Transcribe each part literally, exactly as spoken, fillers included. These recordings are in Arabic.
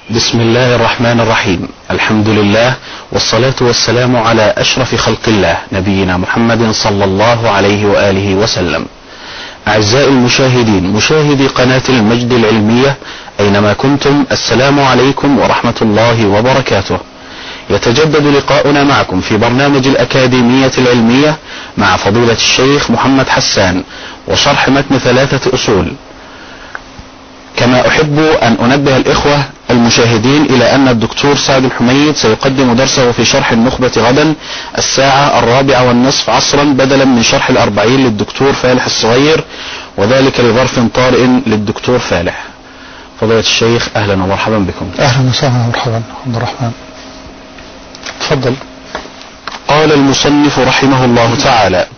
بسم الله الرحمن الرحيم. الحمد لله والصلاة والسلام على أشرف خلق الله نبينا محمد صلى الله عليه وآله وسلم. أعزائي المشاهدين، مشاهدي قناة المجد العلمية أينما كنتم، السلام عليكم ورحمة الله وبركاته. يتجدد لقاؤنا معكم في برنامج الأكاديمية العلمية مع فضيلة الشيخ محمد حسان وشرح متن ثلاثة أصول. كما أحب أن أنبه الإخوة المشاهدين إلى أن الدكتور سعد الحميد سيقدم درسه في شرح النخبة غدا الساعة الرابعة والنصف عصرا بدلا من شرح الأربعين للدكتور فالح الصغير، وذلك لظرف طارئ للدكتور فالح. فضيلة الشيخ أهلا ومرحبا بكم. أهلا وسهلا ومرحبا. عبد الرحمن تفضل. قال المصنف رحمه الله تعالى: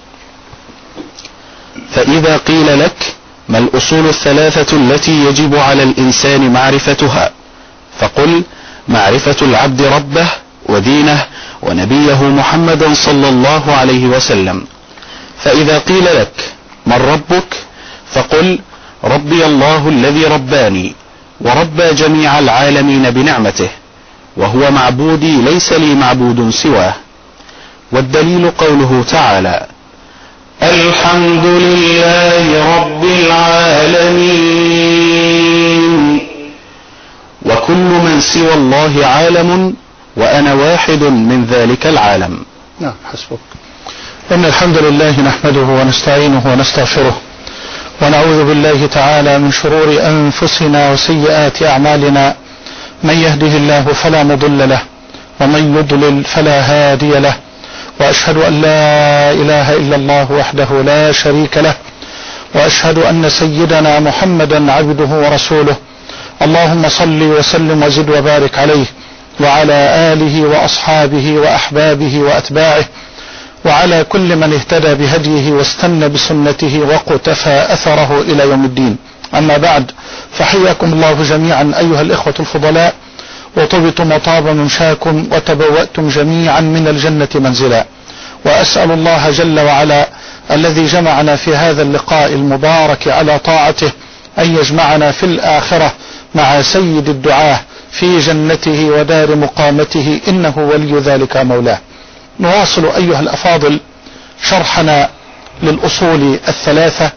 فإذا قيل لك ما الأصول الثلاثة التي يجب على الإنسان معرفتها، فقل: معرفة العبد ربه ودينه ونبيه محمدا صلى الله عليه وسلم. فإذا قيل لك من ربك، فقل: ربي الله الذي رباني وربى جميع العالمين بنعمته، وهو معبودي ليس لي معبود سواه. والدليل قوله تعالى: الحمد لله رب العالمين، وكل من سوى الله عالم وأنا واحد من ذلك العالم. نعم حسبك. إن الحمد لله نحمده ونستعينه ونستغفره ونعوذ بالله تعالى من شرور أنفسنا وسيئات أعمالنا، من يهده الله فلا مضل له ومن يضلل فلا هادي له، وأشهد أن لا إله إلا الله وحده لا شريك له، وأشهد أن سيدنا محمدا عبده ورسوله. اللهم صل وسلم وزد وبارك عليه وعلى آله وأصحابه وأحبابه وأتباعه وعلى كل من اهتدى بهديه واستنى بسنته وقتفى أثره إلى يوم الدين. أما بعد، فحياكم الله جميعا أيها الإخوة الفضلاء، وطبتم وطاب ممشاكم وتبوأتم جميعا من الجنة منزلا. وأسأل الله جل وعلا الذي جمعنا في هذا اللقاء المبارك على طاعته أن يجمعنا في الآخرة مع سيد الدعاة في جنته ودار مقامته، إنه ولي ذلك مولاه. نواصل أيها الأفاضل شرحنا للأصول الثلاثة،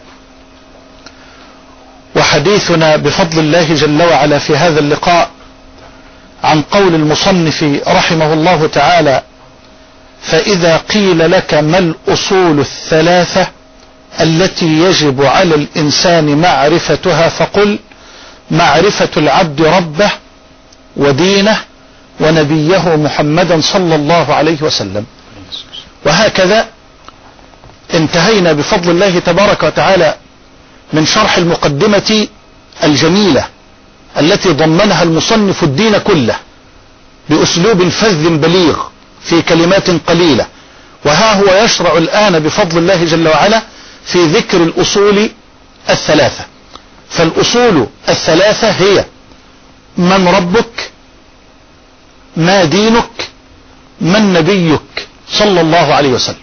وحديثنا بفضل الله جل وعلا في هذا اللقاء عن قول المصنف رحمه الله تعالى: فإذا قيل لك ما الأصول الثلاثة التي يجب على الإنسان معرفتها، فقل: معرفة العبد ربه ودينه ونبيه محمدا صلى الله عليه وسلم. وهكذا انتهينا بفضل الله تبارك وتعالى من شرح المقدمة الجميلة التي ضمنها المصنف الدين كله بأسلوب فذ بليغ في كلمات قليلة. وها هو يشرع الآن بفضل الله جل وعلا في ذكر الأصول الثلاثة. فالأصول الثلاثة هي: من ربك، ما دينك، من نبيك صلى الله عليه وسلم.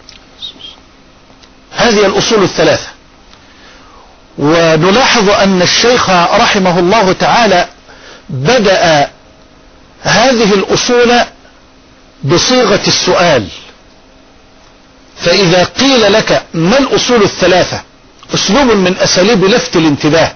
هذه الأصول الثلاثة. ونلاحظ أن الشيخ رحمه الله تعالى بدأ هذه الأصول بصيغة السؤال. فإذا قيل لك ما الأصول الثلاثة، أسلوب من أساليب لفت الانتباه،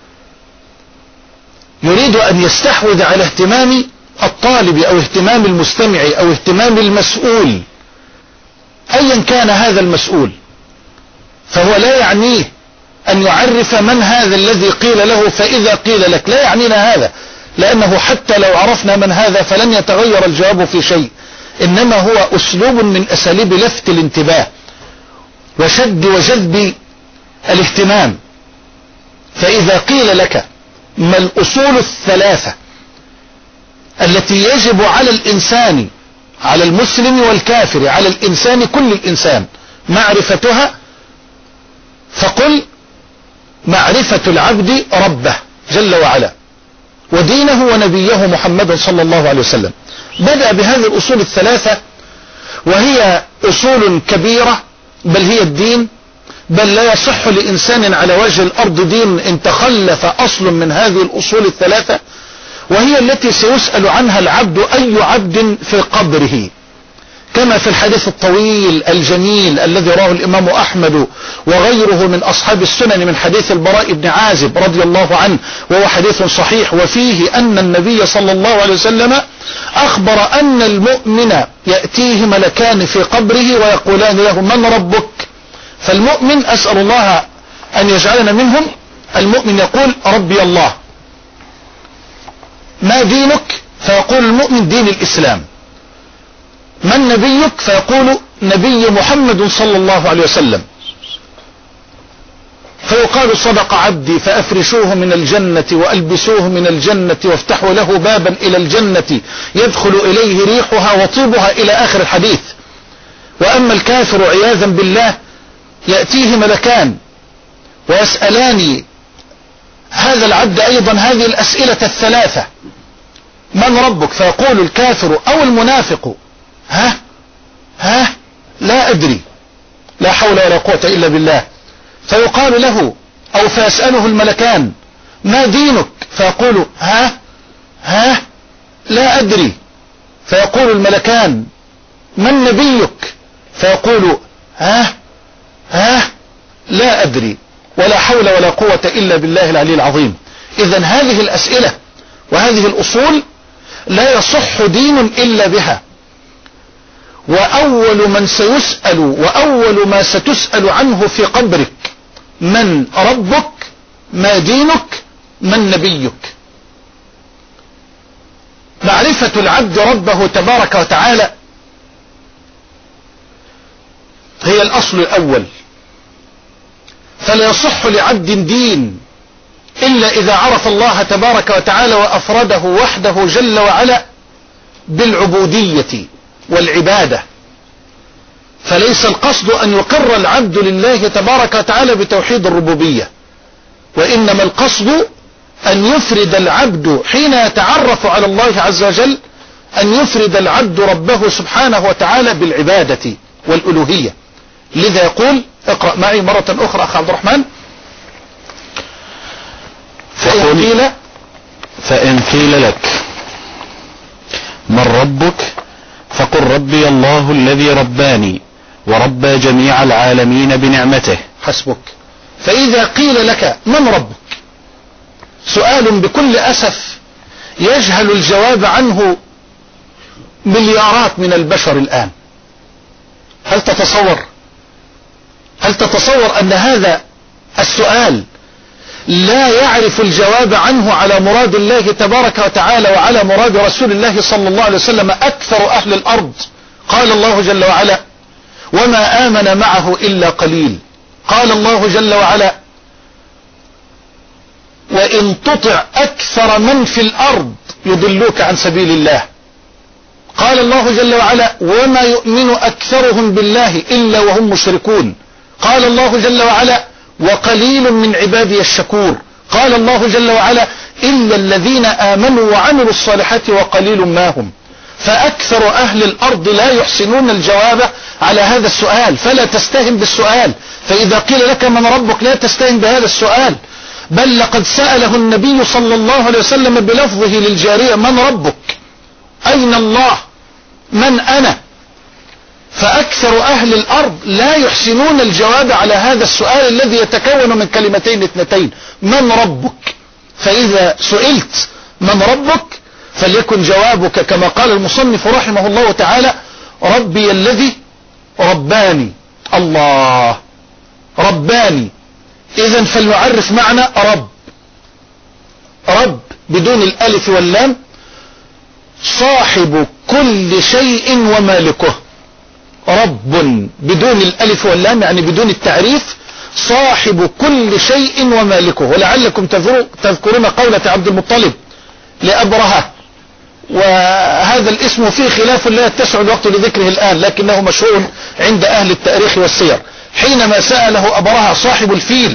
يريد أن يستحوذ على اهتمام الطالب أو اهتمام المستمع أو اهتمام المسؤول أيا كان هذا المسؤول. فهو لا يعنيه أن يعرف من هذا الذي قيل له فإذا قيل لك، لا يعنينا هذا، لأنه حتى لو عرفنا من هذا فلن يتغير الجواب في شيء، إنما هو أسلوب من أساليب لفت الانتباه وشد وجذب الاهتمام. فإذا قيل لك ما الأصول الثلاثة التي يجب على الإنسان، على المسلم والكافر، على الإنسان كل الإنسان معرفتها، فقل: معرفة العبد ربه جل وعلا ودينه ونبيه محمد صلى الله عليه وسلم. بدأ بهذه الأصول الثلاثة، وهي أصول كبيرة، بل هي الدين، بل لا يصح لإنسان على وجه الأرض دين إن تخلف أصل من هذه الأصول الثلاثة. وهي التي سيسأل عنها العبد أي عبد في قبره، كما في الحديث الطويل الجميل الذي رواه الإمام أحمد وغيره من أصحاب السنن من حديث البراء بن عازب رضي الله عنه، وهو حديث صحيح، وفيه أن النبي صلى الله عليه وسلم أخبر أن المؤمن يأتيه ملكان في قبره ويقولان له من ربك؟ فالمؤمن، أسأل الله أن يجعلنا منهم، المؤمن يقول ربي الله. ما دينك؟ فيقول المؤمن دين الإسلام. من نبيك؟ فيقول نبي محمد صلى الله عليه وسلم. فيقال صدق عبدي فأفرشوه من الجنة وألبسوه من الجنة وافتحوا له بابا إلى الجنة يدخل إليه ريحها وطيبها إلى آخر الحديث. وأما الكافر عياذا بالله يأتيه ملكان ويسألان هذا العبد أيضا هذه الأسئلة الثلاثة: من ربك؟ فيقول الكافر أو المنافق ها ها لا أدري، لا حول ولا قوة إلا بالله. فيقال له أو فيسأله الملكان ما دينك؟ فيقول ها ها لا أدري. فيقول الملكان من نبيك؟ فيقول ها ها لا أدري، ولا حول ولا قوة إلا بالله العلي العظيم. إذن هذه الأسئلة وهذه الأصول لا يصح دين إلا بها. وأول من سيسأل وأول ما ستسأل عنه في قبرك من ربك، ما دينك، من نبيك. معرفة العبد ربه تبارك وتعالى هي الأصل الأول، فلا يصح لعبد دين إلا إذا عرف الله تبارك وتعالى وأفرده وحده جل وعلا بالعبودية والعبادة. فليس القصد أن يقر العبد لله تبارك وتعالى بتوحيد الربوبية، وإنما القصد أن يفرد العبد حين يتعرف على الله عز وجل، أن يفرد العبد ربه سبحانه وتعالى بالعبادة والألوهية. لذا يقول اقرأ معي مرة أخرى أخ عبد الرحمن. فإن قيل, فإن قيل لك من ربك فقل ربي الله الذي رباني وربى جميع العالمين بنعمته. حسبك. فإذا قيل لك من ربك، سؤال بكل أسف يجهل الجواب عنه مليارات من البشر الآن. هل تتصور هل تتصور أن هذا السؤال لا يعرف الجواب عنه على مراد الله تبارك وتعالى وعلى مراد رسول الله صلى الله عليه وسلم أكثر أهل الأرض؟ قال الله جل وعلا وما آمن معه إلا قليل. قال الله جل وعلا وإن تطع أكثر من في الأرض يضلوك عن سبيل الله. قال الله جل وعلا وما يؤمن أكثرهم بالله إلا وهم مشركون. قال الله جل وعلا وقليل من عبادي الشكور. قال الله جل وعلا إلا الذين آمنوا وعملوا الصالحات وقليل ما هم. فأكثر أهل الأرض لا يحسنون الجواب على هذا السؤال، فلا تستهن بالسؤال. فإذا قيل لك من ربك لا تستهن بهذا السؤال، بل لقد سأله النبي صلى الله عليه وسلم بلفظه للجارية من ربك؟ أين الله؟ من أنا؟ فأكثر أهل الأرض لا يحسنون الجواب على هذا السؤال الذي يتكون من كلمتين اثنتين من ربك. فإذا سئلت من ربك فليكن جوابك كما قال المصنف رحمه الله تعالى ربي الذي رباني. الله رباني. إذن فلنعرف معنى رب. رب بدون الألف واللام صاحب كل شيء ومالكه. رب بدون الألف واللام يعني بدون التعريف صاحب كل شيء ومالكه. ولعلكم تذكرون قولة عبد المطلب لأبرهة، وهذا الاسم فيه خلاف لا يتسع الوقت لذكره الآن لكنه مشهور عند أهل التاريخ والسير. حينما سأله أبرهة صاحب الفيل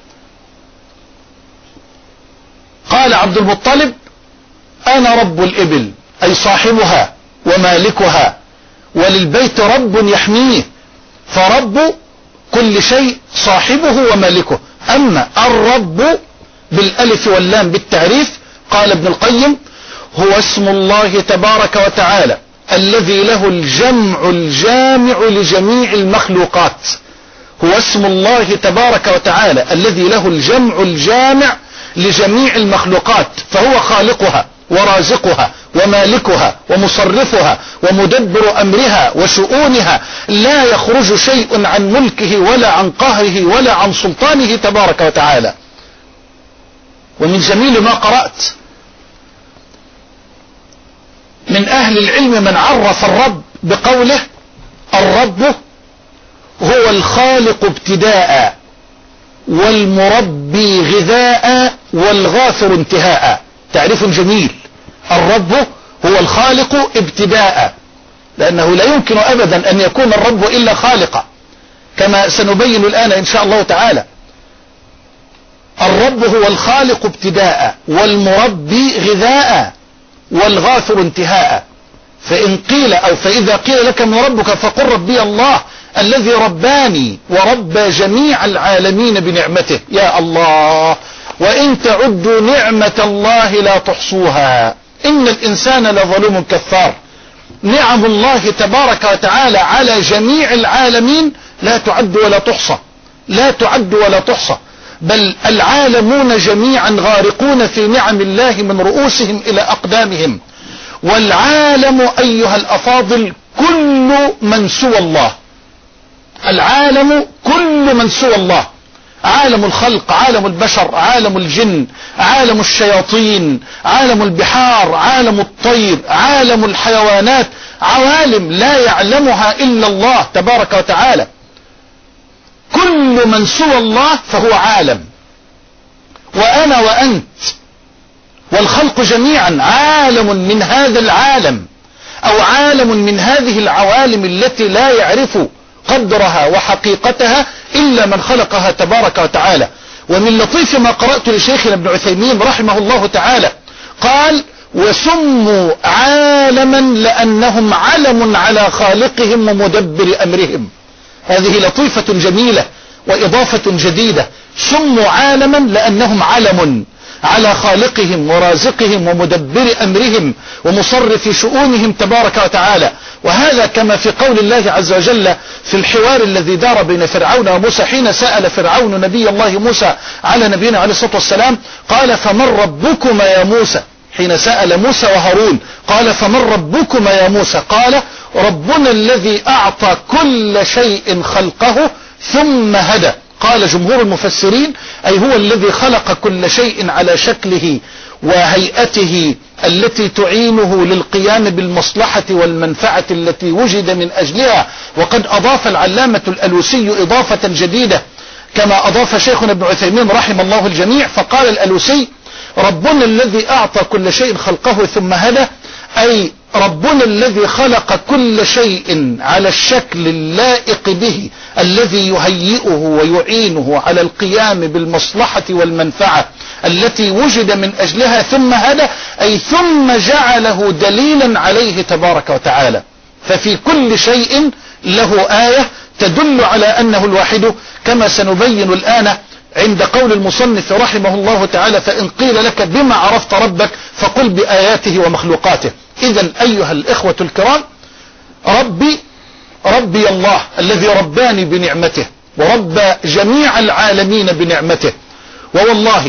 قال عبد المطلب أنا رب الإبل أي صاحبها ومالكها، وللبيت رب يحميه، فرب كل شيء صاحبه ومالكه. أما الرب بالألف واللام بالتعريف قال ابن القيم هو اسم الله تبارك وتعالى الذي له الجمع الجامع لجميع المخلوقات. هو اسم الله تبارك وتعالى الذي له الجمع الجامع لجميع المخلوقات، فهو خالقها ورازقها ومالكها ومصرفها ومدبر أمرها وشؤونها، لا يخرج شيء عن ملكه ولا عن قهره ولا عن سلطانه تبارك وتعالى. ومن جميل ما قرأت من أهل العلم من عرف الرب بقوله: الرب هو الخالق ابتداء والمربي غذاء والغافر انتهاء. تعريف جميل. الرب هو الخالق ابتداء، لأنه لا يمكن أبدا أن يكون الرب إلا خالقا، كما سنبين الآن إن شاء الله تعالى. الرب هو الخالق ابتداء والمربي غذاء والغافر انتهاء. فإن قيل أو فإذا قيل لك من ربك فقل ربي الله الذي رباني وربى جميع العالمين بنعمته. يا الله، وإن تعدوا نعمة الله لا تحصوها إن الإنسان لظلوم كفار. نعم الله تبارك وتعالى على جميع العالمين لا تعد ولا تحصى، لا تعد ولا تحصى، بل العالمون جميعا غارقون في نعم الله من رؤوسهم إلى أقدامهم. والعالم أيها الأفاضل كل من سوى الله، العالم كل من سوى الله، عالم الخلق، عالم البشر، عالم الجن، عالم الشياطين، عالم البحار، عالم الطير، عالم الحيوانات، عوالم لا يعلمها إلا الله تبارك وتعالى. كل من سوى الله فهو عالم، وأنا وأنت والخلق جميعا عالم من هذا العالم، أو عالم من هذه العوالم التي لا يعرف قدرها وحقيقتها إلا من خلقها تبارك وتعالى. ومن لطيف ما قرأت لشيخنا ابن عثيمين رحمه الله تعالى قال: وسموا عالما لأنهم علم على خالقهم ومدبر أمرهم. هذه لطيفة جميلة وإضافة جديدة. سموا عالما لأنهم علم على خالقهم ورازقهم ومدبر أمرهم ومصرف شؤونهم تبارك وتعالى. وهذا كما في قول الله عز وجل في الحوار الذي دار بين فرعون وموسى حين سأل فرعون نبي الله موسى على نبينا عليه الصلاة والسلام قال: فمن ربكما يا موسى؟ حين سأل موسى وهارون قال: فمن ربكما يا موسى؟ قال: ربنا الذي أعطى كل شيء خلقه ثم هدى. قال جمهور المفسرين: أي هو الذي خلق كل شيء على شكله وهيئته التي تعينه للقيام بالمصلحة والمنفعة التي وجد من أجلها. وقد أضاف العلامة الألوسي إضافة جديدة كما أضاف شيخنا ابن عثيمين رحم الله الجميع، فقال الألوسي: ربنا الذي أعطى كل شيء خلقه ثم هدى، أي ربنا الذي خلق كل شيء على الشكل اللائق به الذي يهيئه ويعينه على القيام بالمصلحة والمنفعة التي وجد من أجلها ثم هدى، أي ثم جعله دليلا عليه تبارك وتعالى. ففي كل شيء له آية تدل على أنه الواحد، كما سنبين الآن عند قول المصنف رحمه الله تعالى: فإن قيل لك بما عرفت ربك فقل بآياته ومخلوقاته. إذن أيها الإخوة الكرام، ربي ربي الله الذي رباني بنعمته وربى جميع العالمين بنعمته. ووالله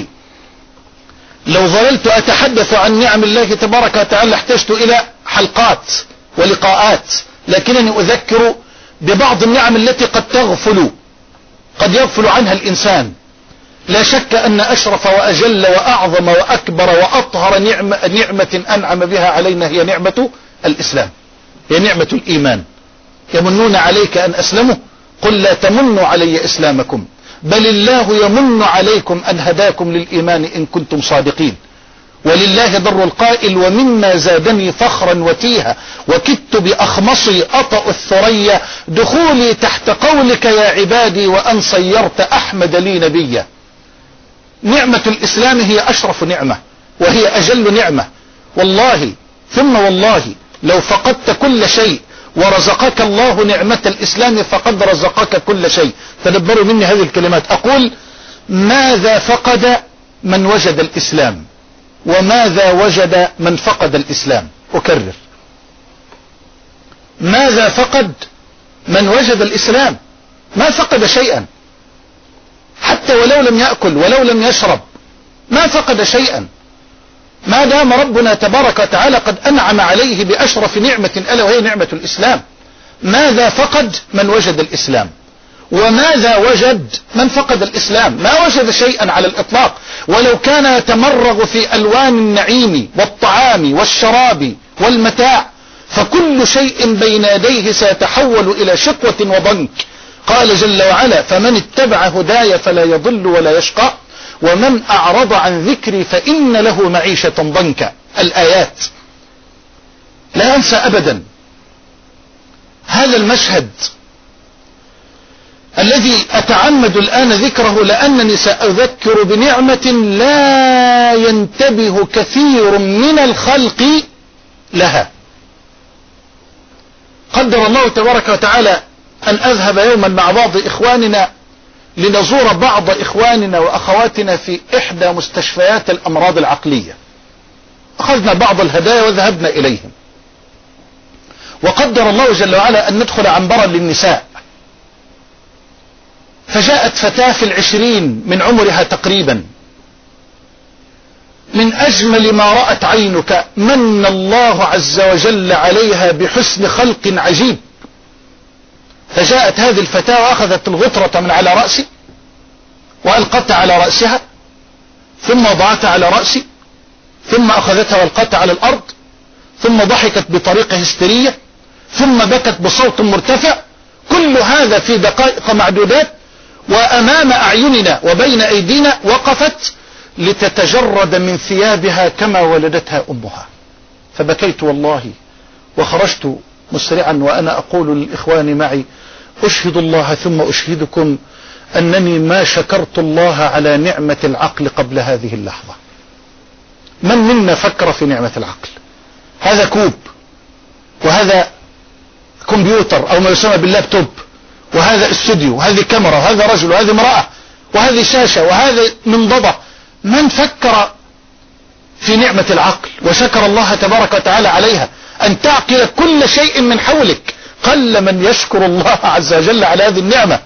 لو ظللت أتحدث عن نعم الله تبارك وتعالى احتجت إلى حلقات ولقاءات، لكنني أذكر ببعض النعم التي قد تغفل قد يغفل عنها الإنسان. لا شك أن أشرف وأجل وأعظم وأكبر وأطهر نعمة, نعمة أنعم بها علينا هي نعمة الإسلام، هي نعمة الإيمان. يمنون عليك أن أسلموا قل لا تمنوا علي إسلامكم بل الله يمن عليكم أن هداكم للإيمان إن كنتم صادقين. ولله ضر القائل: ومما زادني فخرا وتيها وكدت بأخمصي أطأ الثريا دخولي تحت قولك يا عبادي وأن صيرت أحمد لي نبيا. نعمة الإسلام هي أشرف نعمة وهي أجل نعمة. والله ثم والله لو فقدت كل شيء ورزقك الله نعمة الإسلام فقد رزقك كل شيء. تدبروا مني هذه الكلمات. أقول: ماذا فقد من وجد الإسلام؟ وماذا وجد من فقد الإسلام؟ أكرر، ماذا فقد من وجد الإسلام؟ ما فقد شيئا، حتى ولو لم يأكل ولو لم يشرب ما فقد شيئا، ما دام ربنا تبارك وتعالى قد أنعم عليه بأشرف نعمة ألا وهي نعمة الإسلام. ماذا فقد من وجد الإسلام؟ وماذا وجد من فقد الإسلام؟ ما وجد شيئا على الإطلاق، ولو كان يتمرغ في ألوان النعيم والطعام والشراب والمتاع، فكل شيء بين يديه سيتحول إلى شقوة وضنك. قال جل وعلا: فمن اتبع هداي فلا يضل ولا يشقى ومن أعرض عن ذكري فإن له معيشة ضنكا. الآيات. لا أنسى أبدا هذا المشهد الذي أتعمد الآن ذكره، لأنني سأذكر بنعمة لا ينتبه كثير من الخلق لها. قدر الله تبارك وتعالى أن أذهب يوما مع بعض إخواننا لنزور بعض إخواننا وأخواتنا في إحدى مستشفيات الأمراض العقلية. أخذنا بعض الهدايا وذهبنا إليهم، وقدر الله جل وعلا أن ندخل عنبرا للنساء، فجاءت فتاة في العشرين من عمرها تقريبا، من أجمل ما رأت عينك، من الله عز وجل عليها بحسن خلق عجيب. فجاءت هذه الفتاة وأخذت الغطرة من على رأسي وألقتها على رأسها، ثم وضعتها على رأسي، ثم أخذتها وألقتها على الأرض، ثم ضحكت بطريقة هستيرية، ثم بكت بصوت مرتفع. كل هذا في دقائق معدودات، وأمام أعيننا وبين أيدينا وقفت لتتجرد من ثيابها كما ولدتها أمها. فبكيت والله، وخرجت مسرعا وأنا أقول للإخوان معي: أشهد الله ثم أشهدكم أنني ما شكرت الله على نعمة العقل قبل هذه اللحظة. من منا فكر في نعمة العقل؟ هذا كوب، وهذا كمبيوتر أو ما يسمى باللابتوب، وهذا استوديو، وهذه كاميرا، وهذا رجل، وهذه امرأة، وهذه شاشة، وهذا منضدة. من فكر في نعمة العقل وشكر الله تبارك وتعالى عليها؟ أن تعقل كل شيء من حولك. قل من يشكر الله عز وجل على هذه النعمة.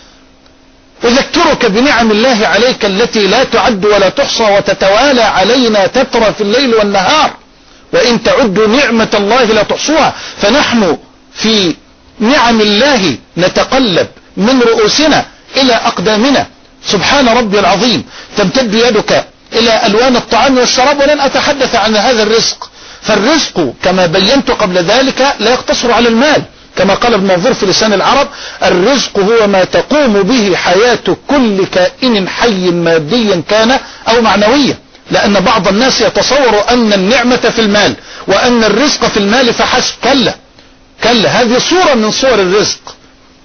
أذكرك بنعم الله عليك التي لا تعد ولا تحصى وتتوالى علينا تترى في الليل والنهار، وإن تعدوا نعمة الله لا تحصوها. فنحن في نعم الله نتقلب من رؤوسنا إلى أقدامنا. سبحان ربي العظيم. تمتد يدك إلى ألوان الطعام والشراب، ولن أتحدث عن هذا الرزق، فالرزق كما بينت قبل ذلك لا يقتصر على المال، كما قال ابن منظور في لسان العرب: الرزق هو ما تقوم به حياة كل كائن حي ماديا كان أو معنويا. لأن بعض الناس يتصور أن النعمة في المال وأن الرزق في المال فحسب. كلا كلا، هذه صورة من صور الرزق،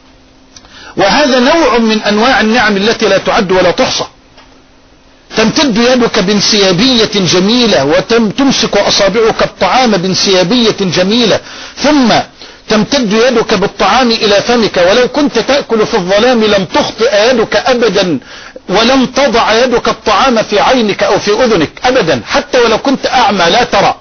وهذا نوع من أنواع النعم التي لا تعد ولا تحصى. تمتد يدك بانسيابية جميلة، وتمسك أصابعك الطعام بانسيابية جميلة، ثم تمتد يدك بالطعام إلى فمك، ولو كنت تأكل في الظلام لم تخطئ يدك أبدا، ولم تضع يدك الطعام في عينك أو في أذنك أبدا، حتى ولو كنت أعمى لا ترى.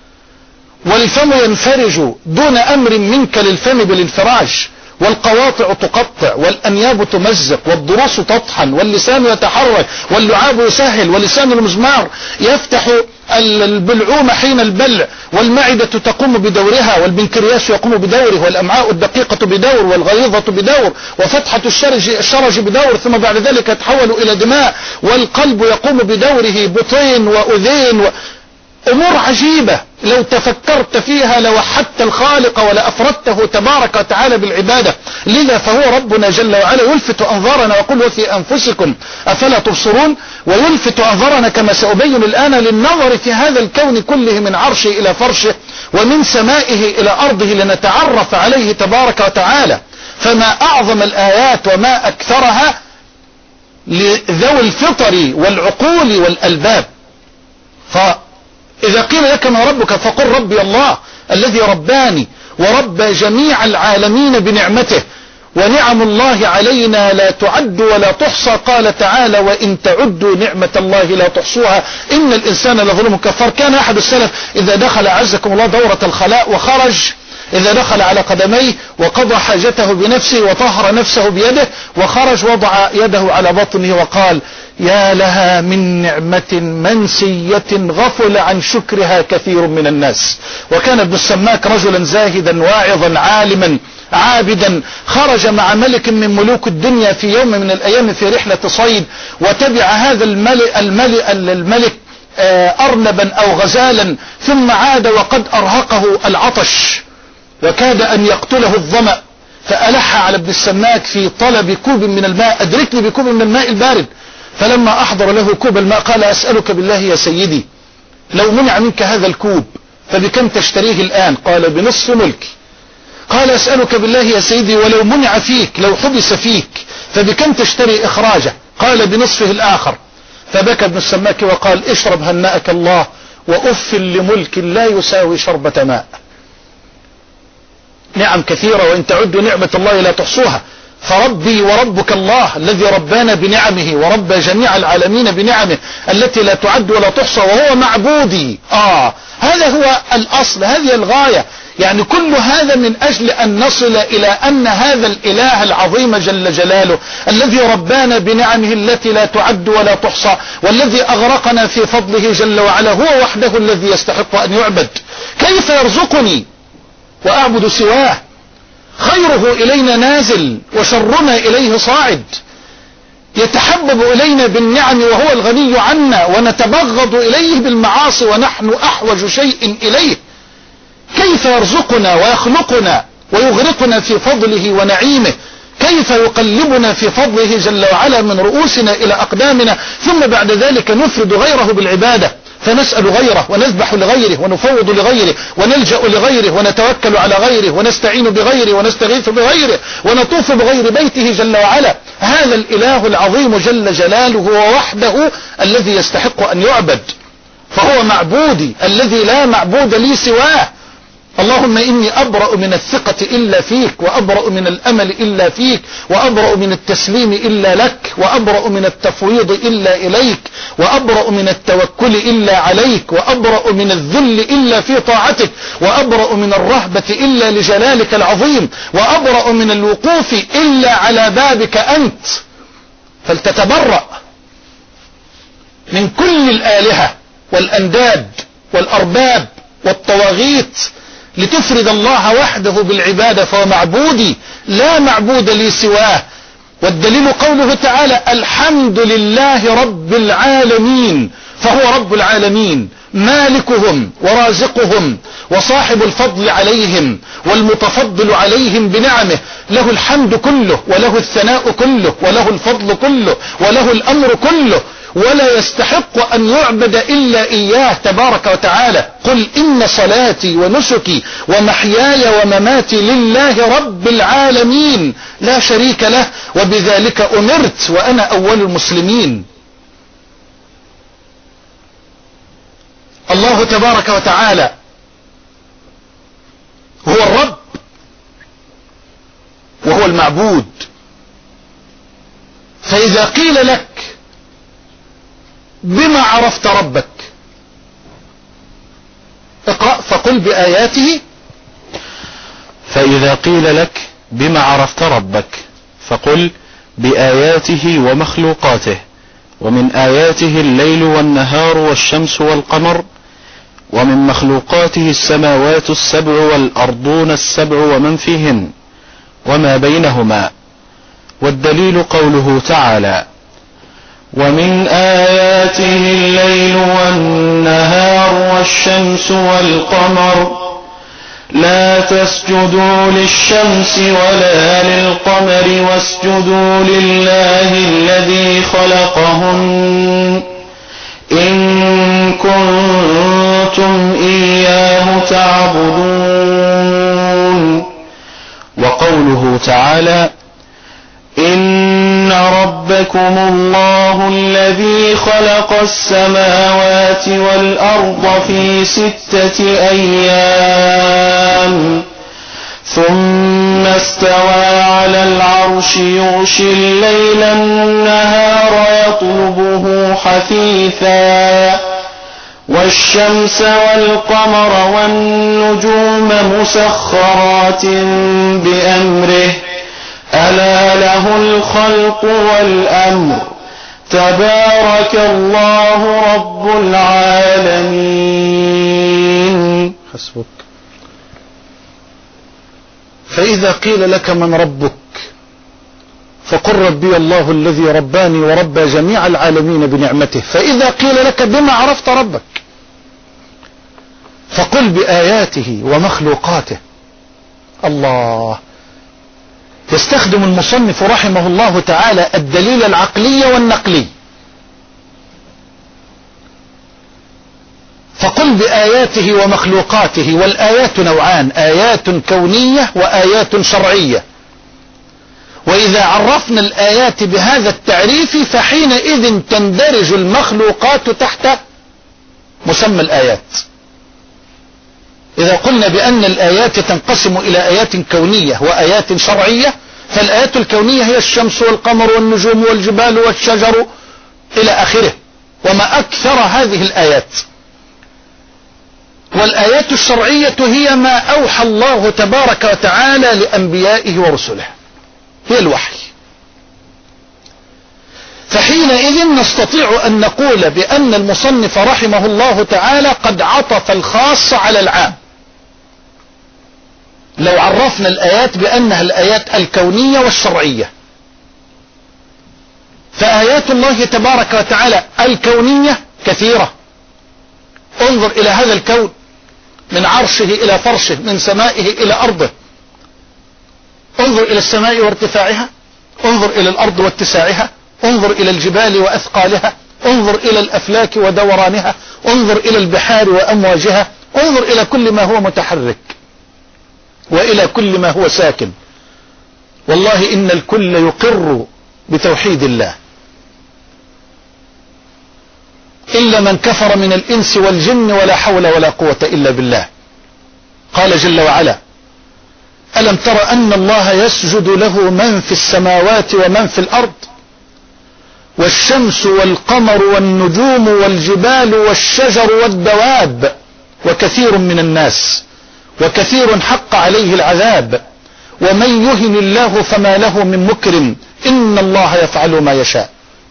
والفم ينفرج دون أمر منك للفم بالانفراج، والقواطع تقطع، والأنياب تمزق، والضروس تطحن، واللسان يتحرك، واللعاب يسهل، ولسان المزمار يفتح البلعوم حين البلع، والمعدة تقوم بدورها، والبنكرياس يقوم بدوره، والأمعاء الدقيقة بدور، والغليظة بدور، وفتحة الشرج, الشرج بدور، ثم بعد ذلك يتحول إلى دماء، والقلب يقوم بدوره، بطين وأذين و... أمور عجيبة لو تفكرت فيها لوحدت الخالق ولأفردته تبارك وتعالى بالعبادة. لذا فهو ربنا جل وعلا يلفت أنظارنا ويقول: وفي أنفسكم أفلا تبصرون، ويلفت أنظارنا كما سأبين الآن للنظر في هذا الكون كله من عرشه إلى فرشه، ومن سمائه إلى أرضه، لنتعرف عليه تبارك وتعالى. فما أعظم الآيات وما أكثرها لذوي الفطر والعقول والألباب. ف إذا قيل لك ما ربك فقل ربي الله الذي رباني وربى جميع العالمين بنعمته، ونعم الله علينا لا تعد ولا تحصى. قال تعالى وإن تعدوا نعمة الله لا تحصوها إن الإنسان لظلم كفار. كان أحد السلف إذا دخل عزكم الله دورة الخلاء وخرج، إذا دخل على قدميه وقضى حاجته بنفسه وطهر نفسه بيده وخرج وضع يده على بطنه وقال يا لها من نعمة منسية غفل عن شكرها كثير من الناس. وكان ابن السماك رجلا زاهدا واعظا عالما عابدا، خرج مع ملك من ملوك الدنيا في يوم من الأيام في رحلة صيد، وتبع هذا الملك, الملك, الملك أرنبا أو غزالا، ثم عاد وقد أرهقه العطش وكاد أن يقتله الظمأ، فألح على ابن السماك في طلب كوب من الماء، أدركني بكوب من الماء البارد. فلما أحضر له كوب الماء قال أسألك بالله يا سيدي لو منع منك هذا الكوب فبكم تشتريه الآن؟ قال بنصف ملكي. قال أسألك بالله يا سيدي ولو منع فيك، لو حبس فيك فبكم تشتري إخراجه؟ قال بنصفه الآخر. فبكى ابن السماك وقال اشرب هنأك الله وأف لملك لا يساوي شربة ماء. نعم كثيرة وإن تعدوا نعمة الله لا تحصوها. فربي وربك الله الذي ربانا بنعمه ورب جميع العالمين بنعمه التي لا تعد ولا تحصى، وهو معبودي. آه هذا هو الأصل، هذه الغاية. يعني كل هذا من أجل أن نصل إلى أن هذا الإله العظيم جل جلاله الذي ربانا بنعمه التي لا تعد ولا تحصى والذي أغرقنا في فضله جل وعلا هو وحده الذي يستحق أن يعبد. كيف يرزقني وأعبد سواه؟ خيره إلينا نازل وشرنا إليه صاعد، يتحبب إلينا بالنعم وهو الغني عنا، ونتبغض إليه بالمعاصي ونحن أحوج شيء إليه. كيف يرزقنا ويخلقنا ويغرقنا في فضله ونعيمه؟ كيف يقلبنا في فضله جل وعلا من رؤوسنا إلى أقدامنا، ثم بعد ذلك نفرد غيره بالعبادة، فنسأل غيره ونذبح لغيره ونفوض لغيره ونلجأ لغيره ونتوكل على غيره ونستعين بغيره ونستغيث بغيره ونطوف بغير بيته جل وعلا. هذا الإله العظيم جل جلاله هو وحده الذي يستحق أن يعبد، فهو معبودي الذي لا معبود لي سواه. اللهم إني أبرأ من الثقة إلا فيك، وأبرأ من الأمل إلا فيك، وأبرأ من التسليم إلا لك، وأبرأ من التفويض إلا إليك، وأبرأ من التوكل إلا عليك، وأبرأ من الذل إلا في طاعتك، وأبرأ من الرهبة إلا لجلالك العظيم، وأبرأ من الوقوف إلا على بابك أنت. فلتتبرأ من كل الآلهة والأنداد والأرباب والطواغيت لتفرد الله وحده بالعبادة، فهو معبودي لا معبود لي سواه. والدليل قوله تعالى الحمد لله رب العالمين، فهو رب العالمين مالكهم ورازقهم وصاحب الفضل عليهم والمتفضل عليهم بنعمه، له الحمد كله وله الثناء كله وله الفضل كله وله الأمر كله، ولا يستحق أن يعبد إلا إياه تبارك وتعالى. قل إن صلاتي ونسكي ومحياي ومماتي لله رب العالمين لا شريك له وبذلك أمرت وأنا أول المسلمين. الله تبارك وتعالى هو الرب وهو المعبود. فإذا قيل لك بما عرفت ربك اقرأ فقل بآياته. فإذا قيل لك بما عرفت ربك فقل بآياته ومخلوقاته، ومن آياته الليل والنهار والشمس والقمر، ومن مخلوقاته السماوات السبع والأرضون السبع ومن فيهن وما بينهما. والدليل قوله تعالى ومن آياته الليل والنهار والشمس والقمر لا تسجدوا للشمس ولا للقمر واسجدوا لله الذي خلقهن إن كنتم إياه تعبدون. وقوله تعالى إن ربكم الله الذي خلق السماوات والأرض في ستة أيام ثم استوى على العرش يغشي الليل النهار يطلبه حثيثا والشمس والقمر والنجوم مسخرات بأمره ألا له الخلق والأمر تبارك الله رب العالمين. حسبك. فإذا قيل لك من ربك فقل ربي الله الذي رباني وربى جميع العالمين بنعمته. فإذا قيل لك بما عرفت ربك فقل بآياته ومخلوقاته. الله. يستخدم المصنف رحمه الله تعالى الدليل العقلي والنقلي. فقل بآياته ومخلوقاته. والآيات نوعان: آيات كونية وآيات شرعية. وإذا عرفنا الآيات بهذا التعريف فحينئذ تندرج المخلوقات تحت مسمى الآيات. إذا قلنا بأن الآيات تنقسم إلى آيات كونية وآيات شرعية، فالآيات الكونية هي الشمس والقمر والنجوم والجبال والشجر إلى آخره، وما أكثر هذه الآيات. والآيات الشرعية هي ما أوحى الله تبارك وتعالى لأنبيائه ورسله، هي الوحي. فحينئذ نستطيع أن نقول بأن المصنف رحمه الله تعالى قد عطف الخاص على العام. لو عرفنا الآيات بأنها الآيات الكونية والشرعية، فآيات الله تبارك وتعالى الكونية كثيرة. انظر إلى هذا الكون من عرشه إلى فرشه، من سمائه إلى أرضه. انظر إلى السماء وارتفاعها، انظر إلى الأرض واتساعها، انظر إلى الجبال وأثقالها، انظر إلى الأفلاك ودورانها، انظر إلى البحار وأمواجها، انظر إلى كل ما هو متحرك وإلى كل ما هو ساكن. والله إن الكل يقر بتوحيد الله إلا من كفر من الإنس والجن ولا حول ولا قوة إلا بالله. قال جل وعلا: ألم تر أن الله يسجد له من في السماوات ومن في الأرض والشمس والقمر والنجوم والجبال والشجر والدواب وكثير من الناس وكثير حق عليه العذاب ومن يهن الله فما له من مكرم إن الله يفعل ما يشاء.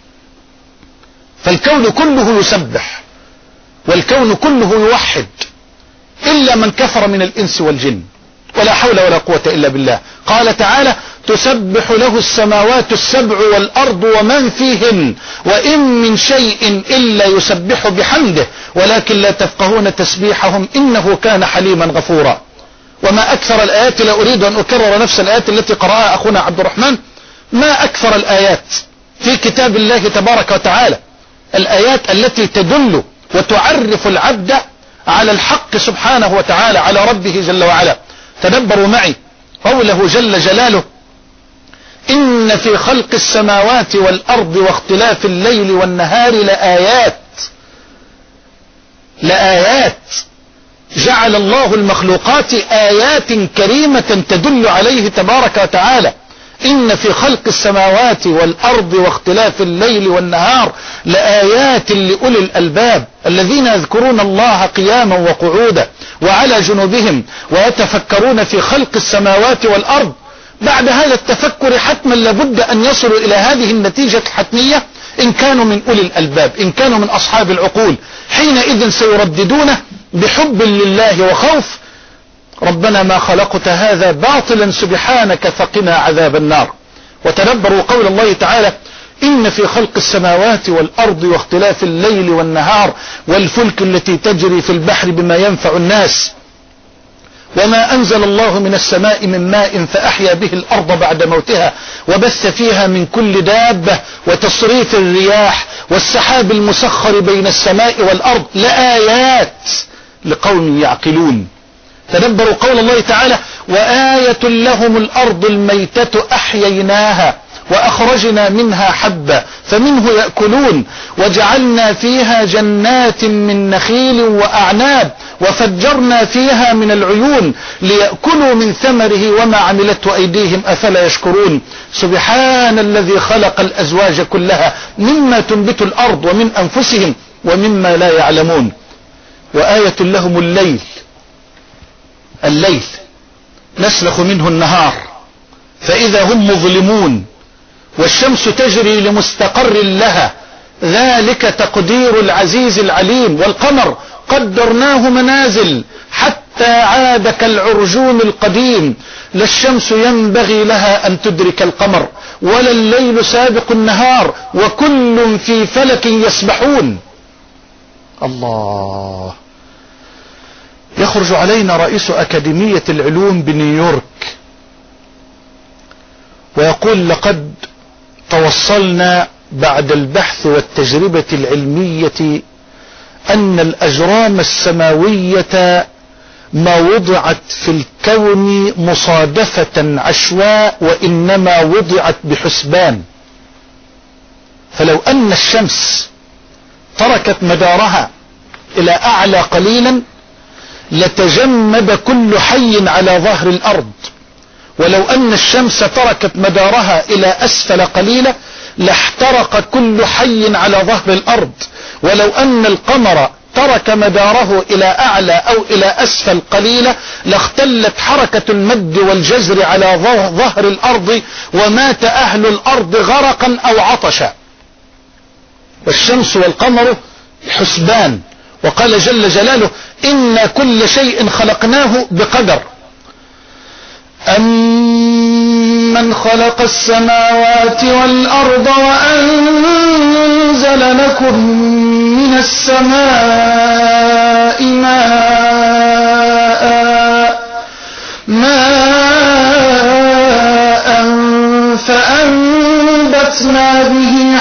فالكون كله يسبح والكون كله يوحد إلا من كفر من الإنس والجن ولا حول ولا قوة إلا بالله. قال تعالى: تسبح له السماوات السبع والأرض ومن فيهن وإن من شيء إلا يسبح بحمده ولكن لا تفقهون تسبيحهم إنه كان حليما غفورا. وما أكثر الآيات، لا أريد أن أكرر نفس الآيات التي قرأها أخونا عبد الرحمن، ما أكثر الآيات في كتاب الله تبارك وتعالى، الآيات التي تدل وتعرف العبد على الحق سبحانه وتعالى، على ربه جل وعلا. تدبروا معي قوله جل جلاله: إن في خلق السماوات والأرض واختلاف الليل والنهار لآيات لآيات. جعل الله المخلوقات آيات كريمة تدل عليه تبارك وتعالى. إن في خلق السماوات والأرض واختلاف الليل والنهار لآيات لأولي الألباب الذين يذكرون الله قياما وقعودا وعلى جنوبهم ويتفكرون في خلق السماوات والأرض. بعد هذا التفكر حتما لابد أن يصلوا إلى هذه النتيجة الحتمية إن كانوا من أولي الألباب، إن كانوا من أصحاب العقول. حينئذ سيرددونه بحب لله وخوف: ربنا ما خلقت هذا باطلا سبحانك فقنا عذاب النار. وتدبروا قول الله تعالى: إن في خلق السماوات والأرض واختلاف الليل والنهار والفلك التي تجري في البحر بما ينفع الناس وما أنزل الله من السماء من ماء فأحيا به الأرض بعد موتها وبث فيها من كل دابة وتصريف الرياح والسحاب المسخر بين السماء والأرض لآيات لقوم يعقلون. تدبروا قول الله تعالى: وآية لهم الأرض الميتة أحييناها وأخرجنا منها حبا فمنه يأكلون وجعلنا فيها جنات من نخيل وأعناب وفجرنا فيها من العيون ليأكلوا من ثمره وما عملته أيديهم أفلا يشكرون سبحان الذي خلق الأزواج كلها مما تنبت الأرض ومن أنفسهم ومما لا يعلمون. وآية لهم الليل الليل نسلخ منه النهار فإذا هم مظلمون والشمس تجري لمستقر لها ذلك تقدير العزيز العليم. والقمر قدرناه منازل حتى عاد كالعرجون القديم لا الشمس ينبغي لها أن تدرك القمر ولا الليل سابق النهار وكل في فلك يسبحون. الله. يخرج علينا رئيس أكاديمية العلوم بنيويورك ويقول لقد توصلنا بعد البحث والتجربة العلمية أن الأجرام السماوية ما وضعت في الكون مصادفة عشواء وإنما وضعت بحسبان. فلو أن الشمس تركت مدارها إلى أعلى قليلا لتجمد كل حي على ظهر الأرض ولو أن الشمس تركت مدارها إلى أسفل قليلا لاحترق كل حي على ظهر الأرض ولو أن القمر ترك مداره إلى أعلى أو إلى أسفل قليلا لاختلت حركة المد والجزر على ظهر الأرض ومات أهل الأرض غرقا أو عطشا. والشمس والقمر حسبان. وقال جل جلاله إن كل شيء خلقناه بقدر. أمن خلق السماوات والأرض وأنزل لكم من السماء ماء ماء فأنبتنا به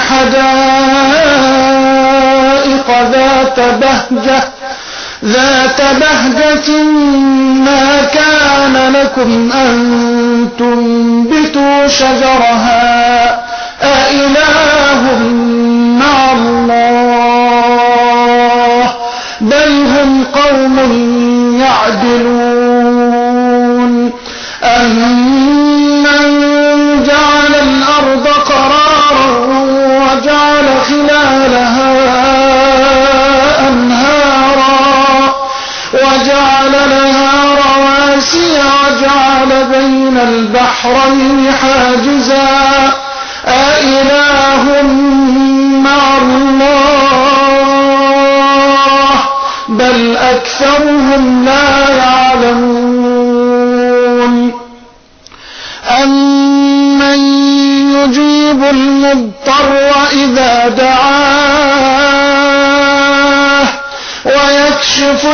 حدائق ذات بهجة ذات بهجة ما كان لكم أن تنبتوا شجرها أإله مع الله بل هم قوم يعدلون. أمن جعل الأرض قرارا وجعل خلالها أنهارا وجعل لها رواسي وجعل بين البحرين حاجزا أإله مع الله بل أكثرهم لا يعلمون. أمن يجيب المضطر إذا دعاه ويكشف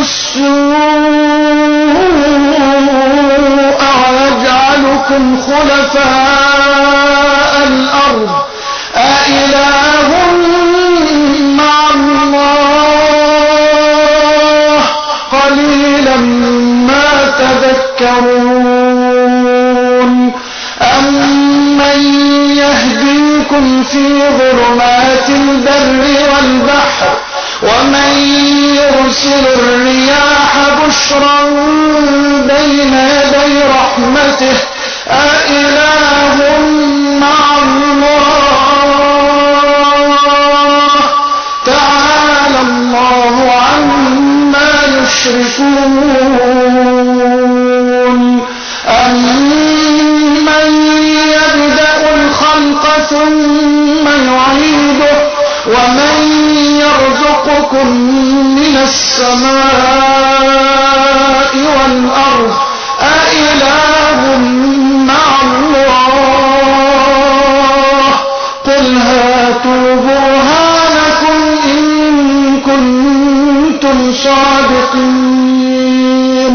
السوء ويجعلكم خلفاء الأرض أإله مع الله قليلا ما تذكرون. أمن يهديكم في ظلمات البر والبحر ومن يرسل الرياح بشرا بين يدي رحمته أإله مع الله تعالى الله عما يشركون. أمن يبدأ الخلق ثم يعيده ومن يرزقكم من السماء والأرض أإله مع الله قل هاتوا برهانكم إن كنتم صادقين.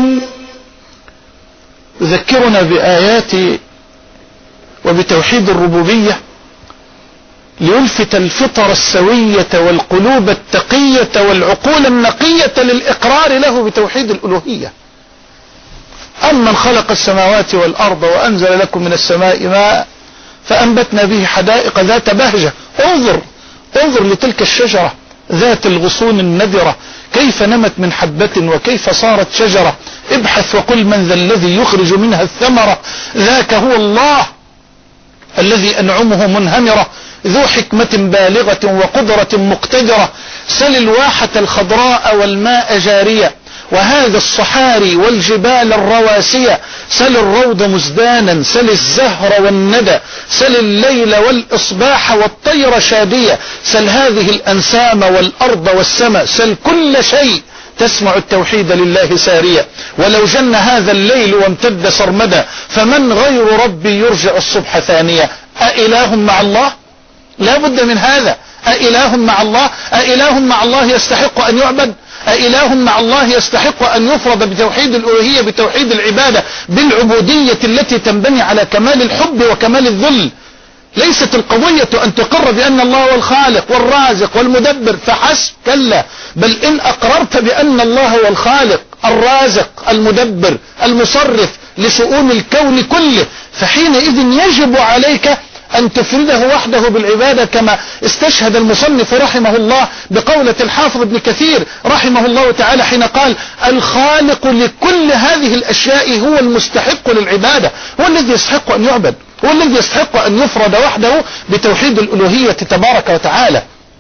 يذكرنا بآيات وبتوحيد الربوبية ليلفت الفطر السوية والقلوب التقية والعقول النقية للإقرار له بتوحيد الألوهية. أمن خلق السماوات والأرض وأنزل لكم من السماء ماء فأنبتنا به حدائق ذات بهجة. انظر انظر لتلك الشجرة ذات الغصون النذرة كيف نمت من حبة وكيف صارت شجرة. ابحث وقل من ذا الذي يخرج منها الثمرة ذاك هو الله الذي أنعمه منهمرة ذو حكمة بالغة وقدرة مقتدرة. سل الواحة الخضراء والماء جارية وهذا الصحاري والجبال الرواسية. سل الروض مزدانا سل الزهر والندى سل الليل والإصباح والطير شادية. سل هذه الأنسام والأرض والسماء سل كل شيء تسمع التوحيد لله سارية. ولو جن هذا الليل وامتد سرمدا فمن غير ربي يرجع الصبح ثانية. أإله مع الله؟ لا بد من هذا. أإله مع الله؟ أإله مع الله يستحق أن يعبد؟ أإله مع الله يستحق أن يفرض بتوحيد الألوهية بتوحيد العبادة بالعبودية التي تنبني على كمال الحب وكمال الذل؟ ليست القضية أن تقر بأن الله هو الخالق والرازق والمدبر فحسب، كلا، بل إن أقررت بأن الله هو الخالق الرازق المدبر المصرف لشؤون الكون كله فحينئذ يجب عليك أن تفرده وحده بالعبادة كما استشهد المصنف رحمه الله بقولة الحافظ ابن كثير رحمه الله تعالى حين قال الخالق لكل هذه الأشياء هو المستحق للعبادة، هو الذي يستحق أن يعبد، هو الذي يستحق أن يفرد وحده بتوحيد الألوهية تبارك وتعالى.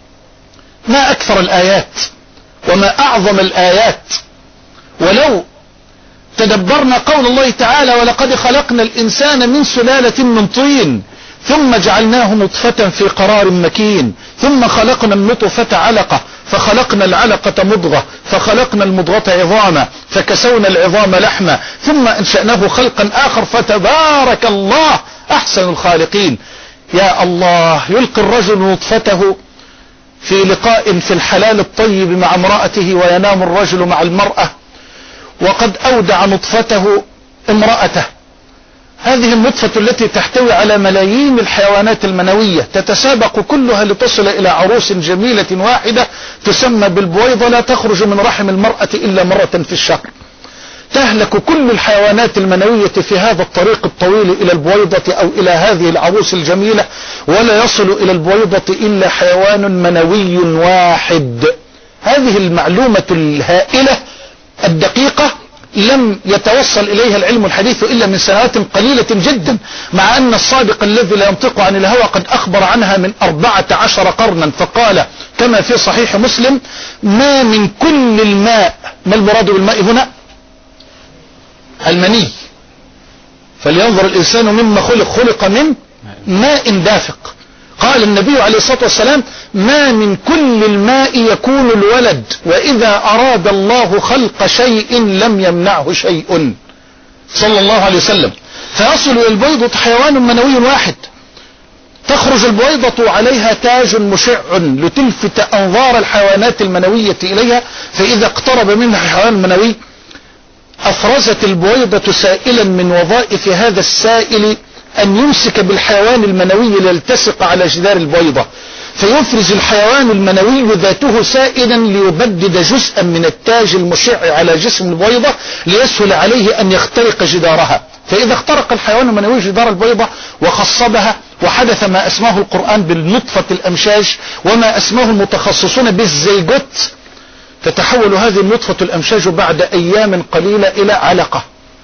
ما أكثر الآيات وما أعظم الآيات. ولو تدبرنا قول الله تعالى ولقد خلقنا الإنسان من سلالة من طين ثم جعلناه نطفة في قرار مكين ثم خلقنا النطفة علقة فخلقنا العلقة مضغة فخلقنا المضغة عظاما فكسونا العظام لحما ثم انشأناه خلقا آخر فتبارك الله أحسن الخالقين. يا الله، يلقي الرجل نطفته في لقاء في الحلال الطيب مع امرأته وينام الرجل مع المرأة وقد أودع نطفته امرأته. هذه النطفة التي تحتوي على ملايين الحيوانات المنوية تتسابق كلها لتصل إلى عروس جميلة واحدة تسمى بالبويضة لا تخرج من رحم المرأة إلا مرة في الشهر. تهلك كل الحيوانات المنوية في هذا الطريق الطويل إلى البويضة أو إلى هذه العروس الجميلة ولا يصل إلى البويضة إلا حيوان منوي واحد. هذه المعلومة الهائلة الدقيقة لم يتوصل إليها العلم الحديث إلا من سنوات قليلة جدا، مع أن الصادق الذي لا ينطق عن الهوى قد أخبر عنها من أربعة عشر قرنا فقال كما في صحيح مسلم ما من كل الماء. ما المراد بالماء هنا؟ المني. فلينظر الإنسان مما خلق، خلق من ماء دافق. قال النبي عليه الصلاة والسلام ما من كل الماء يكون الولد وإذا أراد الله خلق شيء لم يمنعه شيء صلى الله عليه وسلم. فيصل إلى البيضة حيوان منوي واحد تخرج البويضة عليها تاج مشع لتلفت أنظار الحيوانات المنوية إليها، فإذا اقترب منها حيوان منوي أفرزت البويضة سائلا من وظائف هذا السائل أن يمسك بالحيوان المنوي ليلتصق على جدار البويضة، فيفرز الحيوان المنوي ذاته سائلا ليبدد جزءا من التاج المشع على جسم البويضة ليسهل عليه أن يخترق جدارها. فإذا اخترق الحيوان المنوي جدار البويضة وخصبها وحدث ما أسماه القرآن بالنطفة الأمشاج وما أسماه المتخصصون بالزيجوت، تتحول هذه النطفة الأمشاج بعد أيام قليلة إلى علقة،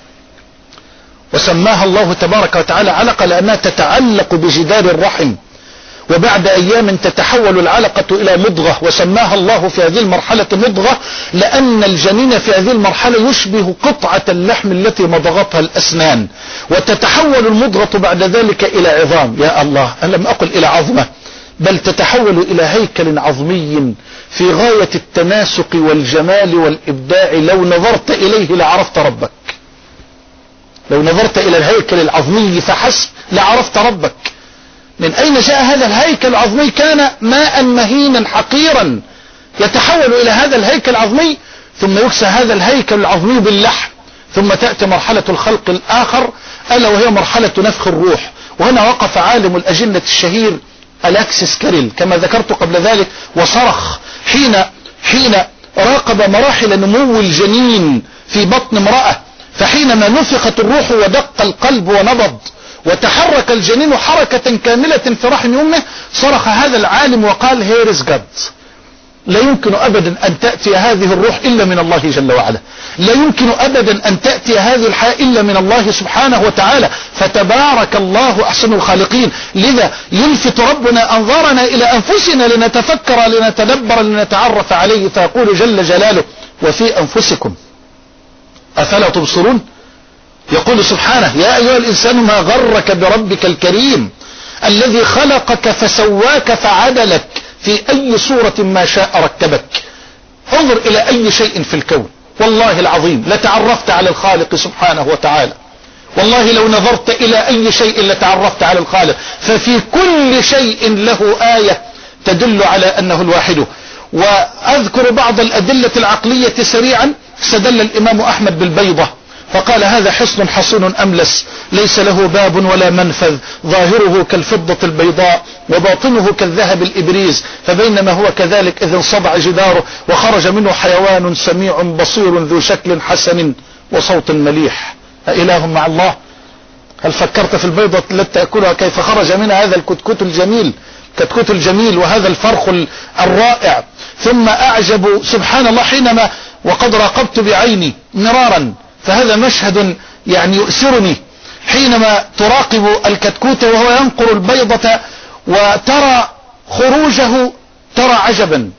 وسماها الله تبارك وتعالى علقة لأنها تتعلق بجدار الرحم، وبعد أيام تتحول العلقة إلى مضغة، وسماها الله في هذه المرحلة مضغة لأن الجنين في هذه المرحلة يشبه قطعة اللحم التي مضغتها الأسنان، وتتحول المضغة بعد ذلك إلى عظام. يا الله، ألم أقل إلى عظمة، بل تتحول إلى هيكل عظمي في غاية التناسق والجمال والإبداع. لو نظرت إليه لعرفت ربك، لو نظرت إلى الهيكل العظمي فحسب لعرفت ربك. من أين جاء هذا الهيكل العظمي؟ كان ماء مهينا حقيرا يتحول إلى هذا الهيكل العظمي، ثم يكسى هذا الهيكل العظمي باللحم، ثم تأتي مرحلة الخلق الآخر ألا وهي مرحلة نفخ الروح. وهنا وقف عالم الأجنة الشهير ألاكسيس كاريل كما ذكرت قبل ذلك وصرخ حين حين راقب مراحل نمو الجنين في بطن امرأة، فحينما نفخت الروح ودق القلب ونبض وتحرك الجنين حركة كاملة في رحم أمه، صرخ هذا العالم وقال here is God. لا يمكن أبدا أن تأتي هذه الروح إلا من الله جل وعلا، لا يمكن أبدا أن تأتي هذه الحياة إلا من الله سبحانه وتعالى، فتبارك الله أحسن الخالقين. لذا يلفت ربنا أنظارنا إلى أنفسنا لنتفكر لنتدبر لنتعرف عليه، فيقول جل جلاله وفي أنفسكم أفلا تبصرون. يقول سبحانه يا أيها الإنسان ما غرك بربك الكريم الذي خلقك فسواك فعدلك في أي صورة ما شاء ركبك. انظر إلى أي شيء في الكون، والله العظيم لتعرفت على الخالق سبحانه وتعالى، والله لو نظرت إلى أي شيء لتعرفت على الخالق، ففي كل شيء له آية تدل على أنه الواحد. وأذكر بعض الأدلة العقلية سريعا. استدل الإمام أحمد بالبيضة فقال هذا حصن حصين أملس ليس له باب ولا منفذ، ظاهره كالفضة البيضاء وباطنه كالذهب الإبريز، فبينما هو كذلك إذ انصدع جداره وخرج منه حيوان سميع بصير ذو شكل حسن وصوت مليح. أإله مع الله؟ هل فكرت في البيضة التي تأكلها كيف خرج منها هذا الكتكوت الجميل كتكوت الجميل وهذا الفرخ الرائع؟ ثم أعجب سبحان الله حينما وقد راقبت بعيني مرارا، فهذا مشهد يعني يؤسرني، حينما تراقب الكتكوت وهو ينقر البيضة وترى خروجه ترى عجبا،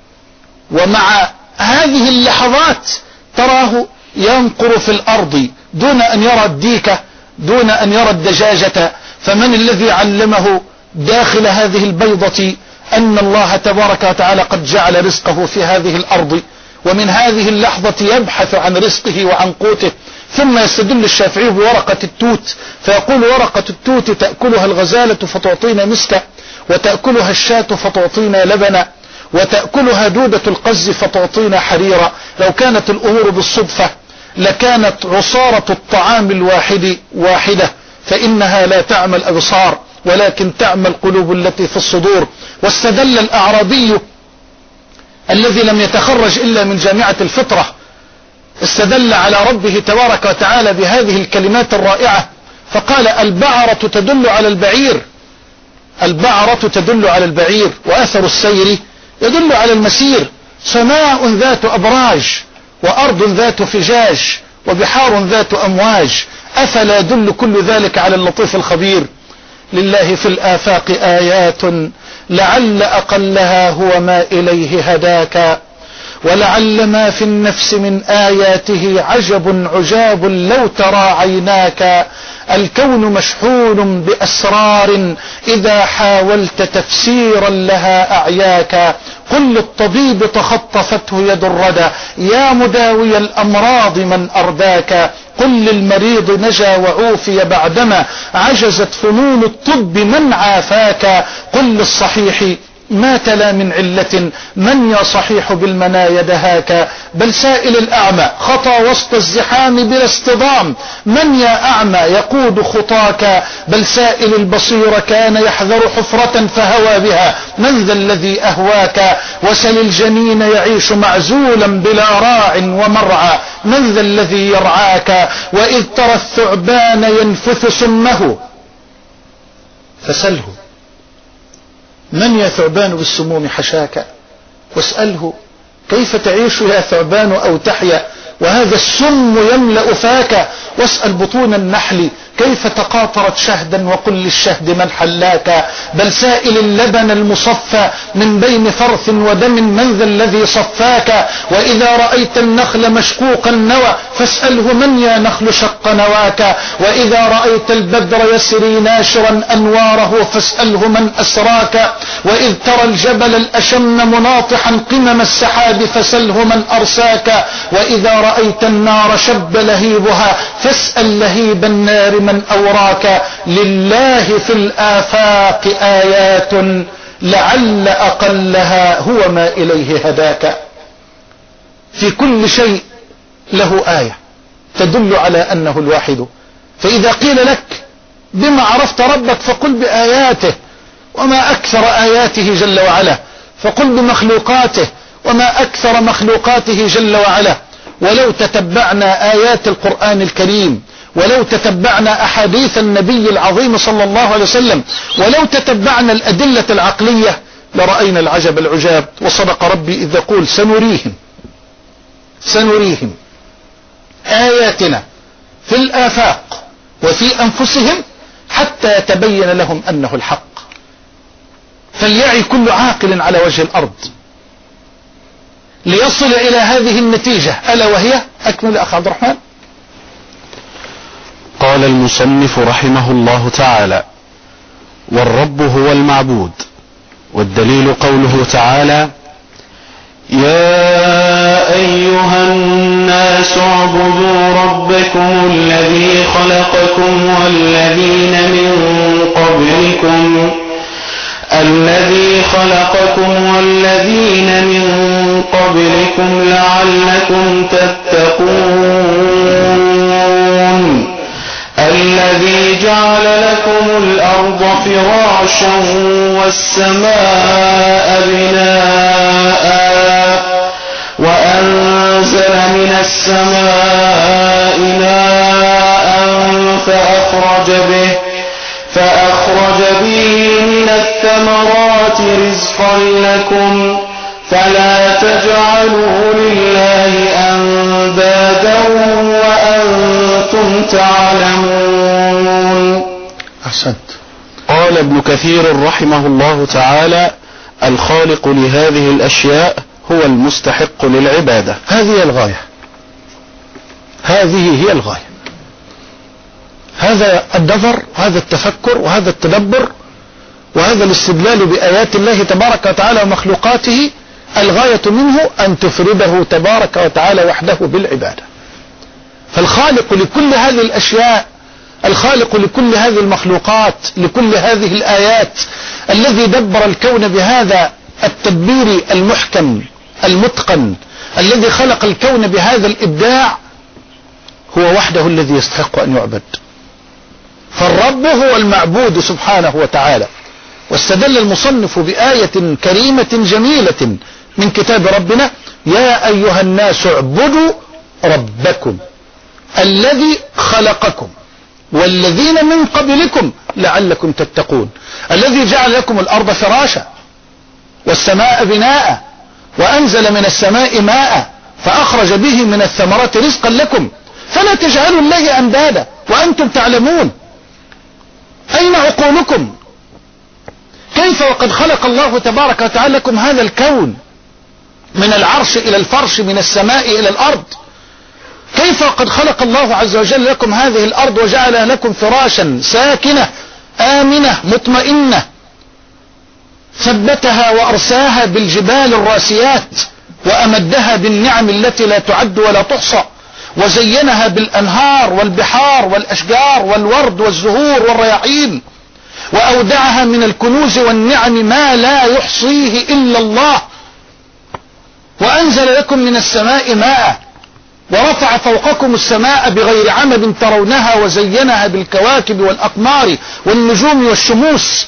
ومع هذه اللحظات تراه ينقر في الأرض دون أن يرى الديكة دون أن يرى الدجاجة. فمن الذي علمه داخل هذه البيضة أن الله تبارك وتعالى قد جعل رزقه في هذه الأرض، ومن هذه اللحظة يبحث عن رزقه وعن قوته. ثم يستدل الشافعي بورقة التوت فيقول ورقة التوت تأكلها الغزالة فتعطينا مسكة، وتأكلها الشاة فتعطينا لبنا، وتأكلها دودة القز فتعطينا حريرا. لو كانت الأمور بالصدفة لكانت عصارة الطعام الواحد واحدة، فإنها لا تعمى الأبصار ولكن تعمى القلوب التي في الصدور. واستدل الأعرابي الذي لم يتخرج إلا من جامعة الفطرة، استدل على ربه تبارك وتعالى بهذه الكلمات الرائعة فقال البعرة تدل على البعير، البعرة تدل على البعير، وأثر السير يدل على المسير. سماء ذات أبراج وأرض ذات فجاج وبحار ذات أمواج، أفلا يدل كل ذلك على اللطيف الخبير؟ لله في الآفاق آيات لعل أقلها هو ما إليه هداك، ولعل ما في النفس من آياته عجب عجاب لو ترى عيناك. الكون مشحون بأسرار إذا حاولت تفسيرا لها أعياك. قل للطبيب تخطفته يد الردى يا مداوي الأمراض من أرداك. قل للمريض نجا وعوفي بعدما عجزت فنون الطب من عافاك. قل للصحيح ما تلا من علة من يا صحيح بالمنايا دهاك. بل سائل الأعمى خطى وسط الزحام بلا اصطدام من يا أعمى يقود خطاك. بل سائل البصير كان يحذر حفرة فهوى بها من ذا الذي أهواك. وسل الجنين يعيش معزولا بلا راع ومرعى من ذا الذي يرعاك. وإذ ترى الثعبان ينفث سمه فسله من يا ثعبان بالسموم حشاك. واسأله كيف تعيش يا ثعبان أو تحيا وهذا السم يملأ فاك. واسأل بطون النحل كيف تقاطرت شهدا وقل للشهد من حلاك. بل سائل اللبن المصفى من بين فرث ودم من ذا الذي صفاك. وإذا رأيت النخل مشقوق النوى فاسأله من يا نخل شق نواك. وإذا رأيت البدر يسري ناشرا أنواره فاسأله من أسراك. وإذ ترى الجبل الأشم مناطحا قمم السحاب فسله من أرساك. وإذا رأيت النار شب لهيبها فاسأل لهيب النار من أوراك. لله في الآفاق آيات لعل أقلها هو ما إليه هداك. في كل شيء له آية تدل على أنه الواحد. فإذا قيل لك بما عرفت ربك فقل بآياته، وما أكثر آياته جل وعلا، فقل بمخلوقاته وما أكثر مخلوقاته جل وعلا. ولو تتبعنا آيات القرآن الكريم ولو تتبعنا أحاديث النبي العظيم صلى الله عليه وسلم، ولو تتبعنا الأدلة العقلية، لرأينا العجب العجاب. وصدق ربي إذ يقول سنريهم سنريهم آياتنا في الآفاق وفي أنفسهم حتى يتبين لهم أنه الحق. فليعي كل عاقل على وجه الأرض ليصل إلى هذه النتيجة، ألا وهي أكمل أخ عبد الرحمن. قال المصنف رحمه الله تعالى: والرب هو المعبود. والدليل قوله تعالى: يا أيها الناس اعبدوا ربكم الذي خلقكم والذين من قبلكم الذي خلقكم والذين من قبلكم لعلكم تتقون الذي جعل لكم الأرض فراشا والسماء بناء وأنزل من السماء ماء فأخرج به فأخرج به من الثمرات رزقا لكم فلا تجعلوا لله أندادا وأنتم تعلمون. أحسنت. قال ابن كثير رحمه الله تعالى: الخالق لهذه الأشياء هو المستحق للعبادة. هذه الغاية، هذه هي الغاية. هذا النظر وهذا التفكر وهذا التدبر وهذا الاستدلال بآيات الله تبارك وتعالى ومخلوقاته، الغاية منه أن تفرده تبارك وتعالى وحده بالعبادة. فالخالق لكل هذه الأشياء، الخالق لكل هذه المخلوقات، لكل هذه الآيات، الذي دبر الكون بهذا التدبير المحكم المتقن، الذي خلق الكون بهذا الإبداع، هو وحده الذي يستحق أن يعبد. فالرب هو المعبود سبحانه وتعالى. واستدل المصنف بآية كريمة جميلة من كتاب ربنا: يا أيها الناس اعبدوا ربكم الذي خلقكم والذين من قبلكم لعلكم تتقون الذي جعل لكم الأرض فراشا والسماء بناء وأنزل من السماء ماء فأخرج به من الثمرات رزقا لكم فلا تجعلوا الله أندادا وأنتم تعلمون. أين عقولكم؟ كيف وقد خلق الله تبارك وتعالى لكم هذا الكون من العرش إلى الفرش، من السماء إلى الأرض؟ كيف وقد خلق الله عز وجل لكم هذه الأرض وجعلها لكم فراشا ساكنة آمنة مطمئنة، ثبتها وأرساها بالجبال الراسيات وأمدها بالنعم التي لا تعد ولا تحصى، وزينها بالأنهار والبحار والأشجار والورد والزهور والرياحين، وأودعها من الكنوز والنعم ما لا يحصيه إلا الله، وأنزل لكم من السماء ماء ورفع فوقكم السماء بغير عمد ترونها وزينها بالكواكب والأقمار والنجوم والشموس.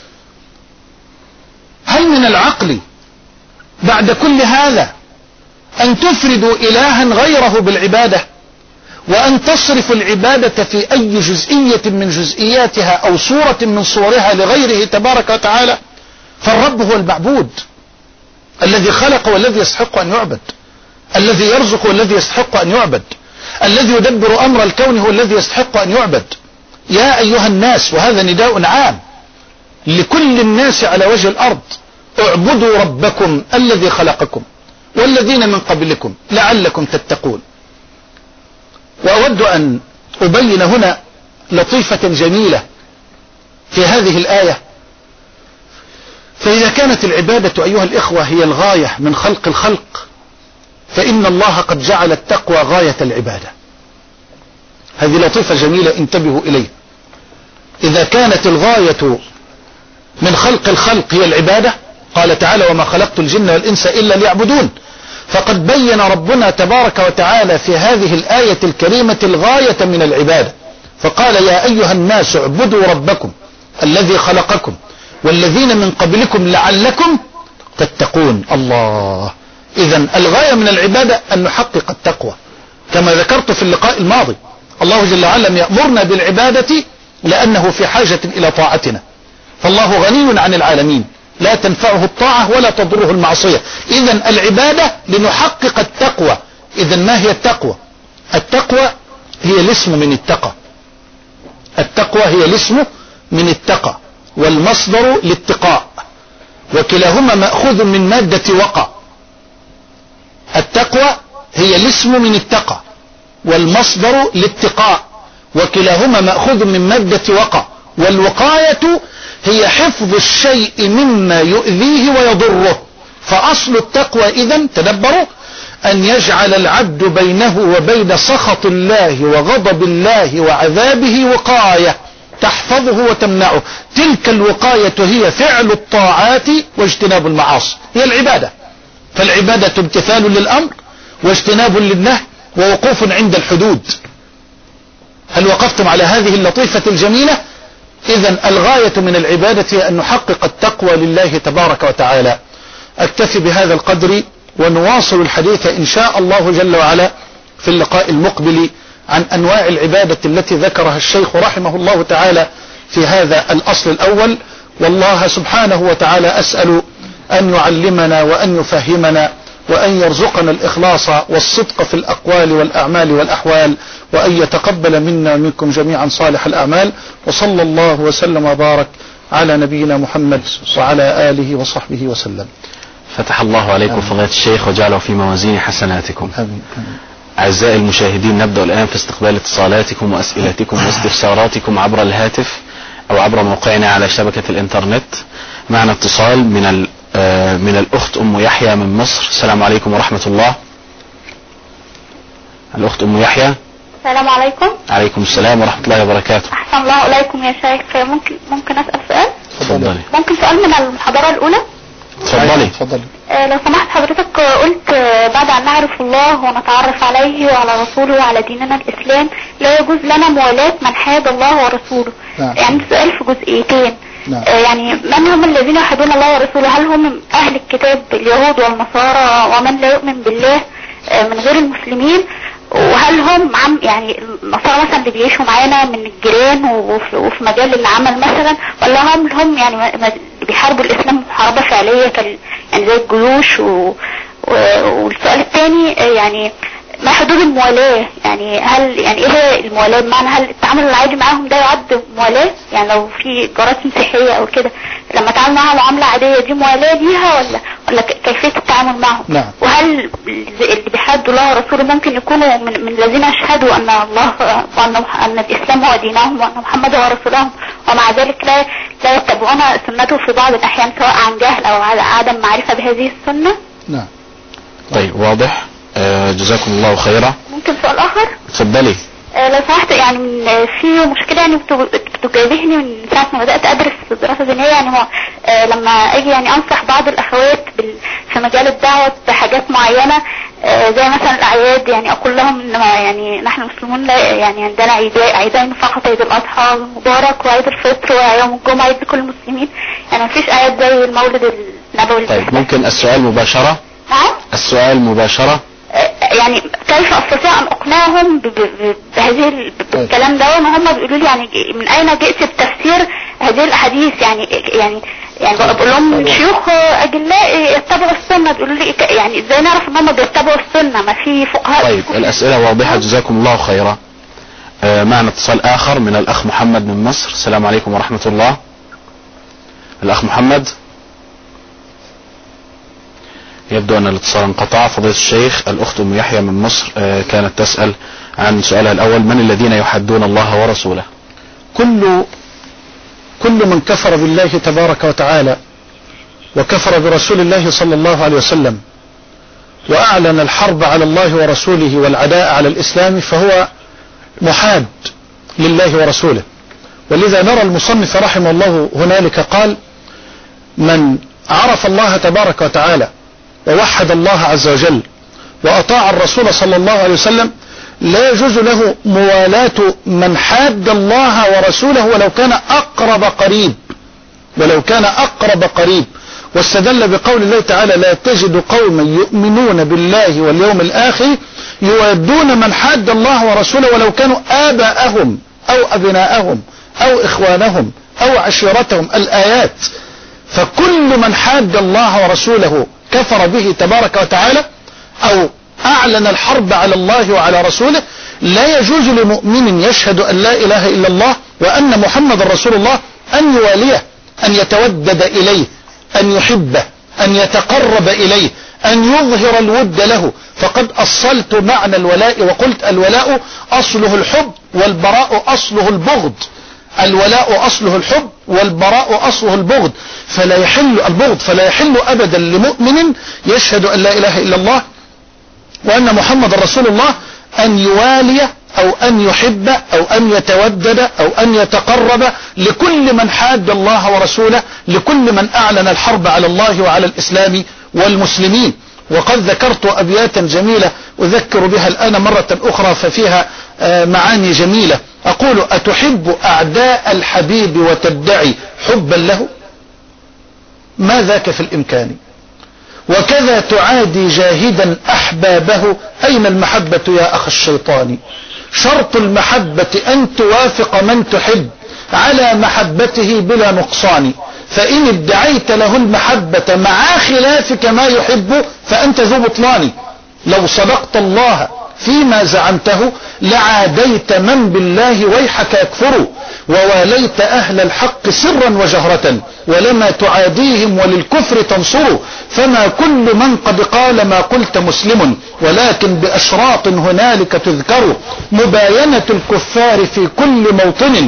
هل من العقل بعد كل هذا أن تفردوا إلها غيره بالعبادة، وأن تصرفوا العبادة في أي جزئية من جزئياتها أو صورة من صورها لغيره تبارك وتعالى؟ فالرب هو المعبود الذي خلق والذي يستحق أن يعبد، الذي يرزق والذي يستحق أن يعبد، الذي يدبر أمر الكون هو الذي يستحق أن يعبد. يا أيها الناس، وهذا نداء عام لكل الناس على وجه الأرض: اعبدوا ربكم الذي خلقكم والذين من قبلكم لعلكم تتقون. وأود أن أبين هنا لطيفة جميلة في هذه الآية. فإذا كانت العبادة أيها الإخوة هي الغاية من خلق الخلق، فإن الله قد جعل التقوى غاية العبادة. هذه لطيفة جميلة انتبهوا إليه. إذا كانت الغاية من خلق الخلق هي العبادة، قال تعالى: وما خلقت الجن والإنس إلا ليعبدون، فقد بين ربنا تبارك وتعالى في هذه الآية الكريمة الغاية من العبادة، فقال: يا أيها الناس اعبدوا ربكم الذي خلقكم والذين من قبلكم لعلكم تتقون. الله! إذن الغاية من العبادة أن نحقق التقوى، كما ذكرت في اللقاء الماضي الله جل وعلا يأمرنا بالعبادة لأنه في حاجة إلى طاعتنا، فالله غني عن العالمين لا تنفعه الطاعة ولا تضره المعصية. إذن العبادة لنحقق التقوى. إذن ما هي التقوى؟ التقوى هي الاسم من التقى. التقوى هي الاسم من التقى والمصدر للاتقاء، وكلاهما مأخوذ من مادة وقى. التقوى هي الاسم من التقى والمصدر للاتقاء، وكلاهما مأخوذ من مادة وقى. والوقاية هي حفظ الشيء مما يؤذيه ويضره. فأصل التقوى إذن تدبروا أن يجعل العبد بينه وبين سخط الله وغضب الله وعذابه وقاية تحفظه وتمنعه. تلك الوقاية هي فعل الطاعات واجتناب المعاصي، هي العبادة. فالعبادة امتثال للأمر واجتناب للنهي ووقوف عند الحدود. هل وقفتم على هذه اللطيفة الجميلة؟ إذن الغاية من العبادة هي أن نحقق التقوى لله تبارك وتعالى. أكتفي بهذا القدر ونواصل الحديث إن شاء الله جل وعلا في اللقاء المقبل عن أنواع العبادة التي ذكرها الشيخ رحمه الله تعالى في هذا الأصل الأول. والله سبحانه وتعالى أسأل أن يعلمنا وأن يفهمنا وأن يرزقنا الإخلاص والصدق في الأقوال والأعمال والأحوال، وأن يتقبل منا ومنكم جميعا صالح الأعمال. وصلى الله وسلم وبارك على نبينا محمد وعلى آله وصحبه وسلم. فتح الله عليكم فضيلة الشيخ وجعله في موازين حسناتكم. آمين. أعزائي المشاهدين، نبدأ الآن في استقبال اتصالاتكم وأسئلتكم واستفساراتكم عبر الهاتف أو عبر موقعنا على شبكة الإنترنت. معنا اتصال من من الأخت أم يحيى من مصر. السلام عليكم ورحمة الله. الأخت أم يحيى. السلام عليكم. عليكم السلام ورحمة الله وبركاته. أحسن الله إليكم يا شيخ. ممكن ممكن أسأل سؤال؟ تفضلي. ممكن سؤال من المحاضرة الأولى؟ تفضلي. تفضلي. آه لو سمحت حضرتك، قلت آه بعد أن نعرف الله ونتعرف عليه وعلى رسوله وعلى ديننا الإسلام لا يجوز لنا موالاة من حاد الله ورسوله. نعم. يعني السؤال في جزئيتين. نعم. آه يعني من هم الذين يحادون الله ورسوله؟ هل هم أهل الكتاب اليهود والنصارى ومن لا يؤمن بالله آه من غير المسلمين؟ وهل هم عم يعني النصارى مثلا اللي بيعيشوا معانا من الجيران وفي, وفي مجال العمل مثلا، ولا هم هم يعني بيحاربوا الاسلام محاربة فعلية يعني زي الجيوش؟ و... و... والسؤال الثاني يعني ما حدود الموالاة؟ يعني هل يعني ايه هي الموالاة؟ بمعنى هل التعامل العادي معاهم ده يعد موالاة؟ يعني لو في جارات مسيحية او كده لما اتعامل معاها معاملة عادية دي موالاة ليها، ولا ولا كيفية التعامل معهم؟ نعم. وهل اللي بيحادوا الله ورسوله ممكن يكونوا من, من الذين يشهدوا ان الله وان ان الاسلام هو دينهم وان محمد هو رسولهم، ومع ذلك لا لا يتبعون سنته في بعض الاحيان سواء عن جهل او عدم معرفة بهذه السنة؟ نعم. طيب واضح. آه جزاكم الله خيرا. ممكن سؤال اخر؟ تفضلي. آه لو سمحت، يعني من في مشكلة يعني بتواجهني من ساعة ما بدأت ادرس دراسة دينية. يعني هو آه لما اجي يعني انصح بعض الاخوات في مجال الدعوة بحاجات معينة آه زي مثلا الاعياد، يعني اقول لهم ان يعني نحن المسلمون لا يعني عندنا عيدين فقط، عيد الاضحى المبارك وعيد الفطر ويوم الجمعة عيد لكل المسلمين، يعني مفيش اعياد زي المولد النبوي. طيب ممكن السؤال مباشرة؟ نعم. السؤال مباشرة. يعني كيف استطيع ان اقنعهم بهذه الكلام ده وهم بيقولوا لي يعني من اين جئت بتفسير هذه الاحاديث؟ يعني يعني يعني بقول لهم شيوخ اجلاء يتبعوا السنه، بيقولوا لي يعني ازاي نعرف ان هم بيتبعوا السنه؟ ما في فقهاء. طيب الاسئله واضحه جزاكم الله خيرا. آه معنا اتصال اخر من الاخ محمد من مصر. السلام عليكم ورحمه الله. الاخ محمد. يبدو أن الاتصال انقطع. فضيلة الشيخ، الأخت أم يحيى من مصر كانت تسأل عن سؤالها الأول: من الذين يحدون الله ورسوله؟ كل كل من كفر بالله تبارك وتعالى وكفر برسول الله صلى الله عليه وسلم وأعلن الحرب على الله ورسوله والعداء على الإسلام فهو محاد لله ورسوله. ولذا نرى المصنف رحمه الله هنالك قال: من عرف الله تبارك وتعالى ووحد الله عز وجل وأطاع الرسول صلى الله عليه وسلم لا يجوز له موالاة من حاد الله ورسوله ولو كان أقرب قريب ولو كان أقرب قريب. واستدل بقول الله تعالى: لا تجد قوما يؤمنون بالله واليوم الآخر يودون من حاد الله ورسوله ولو كانوا آباءهم أو أبناءهم أو إخوانهم أو عشيرتهم، الآيات. فكل من حاد الله ورسوله كفر به تبارك وتعالى أو أعلن الحرب على الله وعلى رسوله. لا يجوز لمؤمن يشهد أن لا إله إلا الله وأن محمد رسول الله أن يواليه، أن يتودد إليه، أن يحبه، أن يتقرب إليه، أن يظهر الود له. فقد أصلت معنى الولاء وقلت الولاء أصله الحب والبراء أصله البغض. الولاء أصله الحب والبراء أصله البغض، فلا يحل البغض فلا يحل أبدا لمؤمن يشهد أن لا إله إلا الله وأن محمد رسول الله أن يوالي أو أن يحب أو أن يتودد أو أن يتقرب لكل من حاد الله ورسوله، لكل من أعلن الحرب على الله وعلى الإسلام والمسلمين. وقد ذكرت أبياتا جميلة أذكر بها الآن مرة أخرى ففيها معاني جميلة. أقول: أتحب أعداء الحبيب وتدعي حبا له؟ ما ذاك في الإمكان. وكذا تعادي جاهدا أحبابه، أين المحبة يا أخ الشيطان؟ شرط المحبة أن توافق من تحب على محبته بلا نقصان، فإن ادعيت له المحبة مع خلافك ما يحب فأنت ذو بطلان. لو صدقت الله فيما زعمته لعاديت من بالله ويحك يكفر، وواليت أهل الحق سرا وجهرة ولما تعاديهم وللكفر تنصر. فما كل من قد قال ما قلت مسلم، ولكن بأشراط هنالك تذكر. مباينة الكفار في كل موطن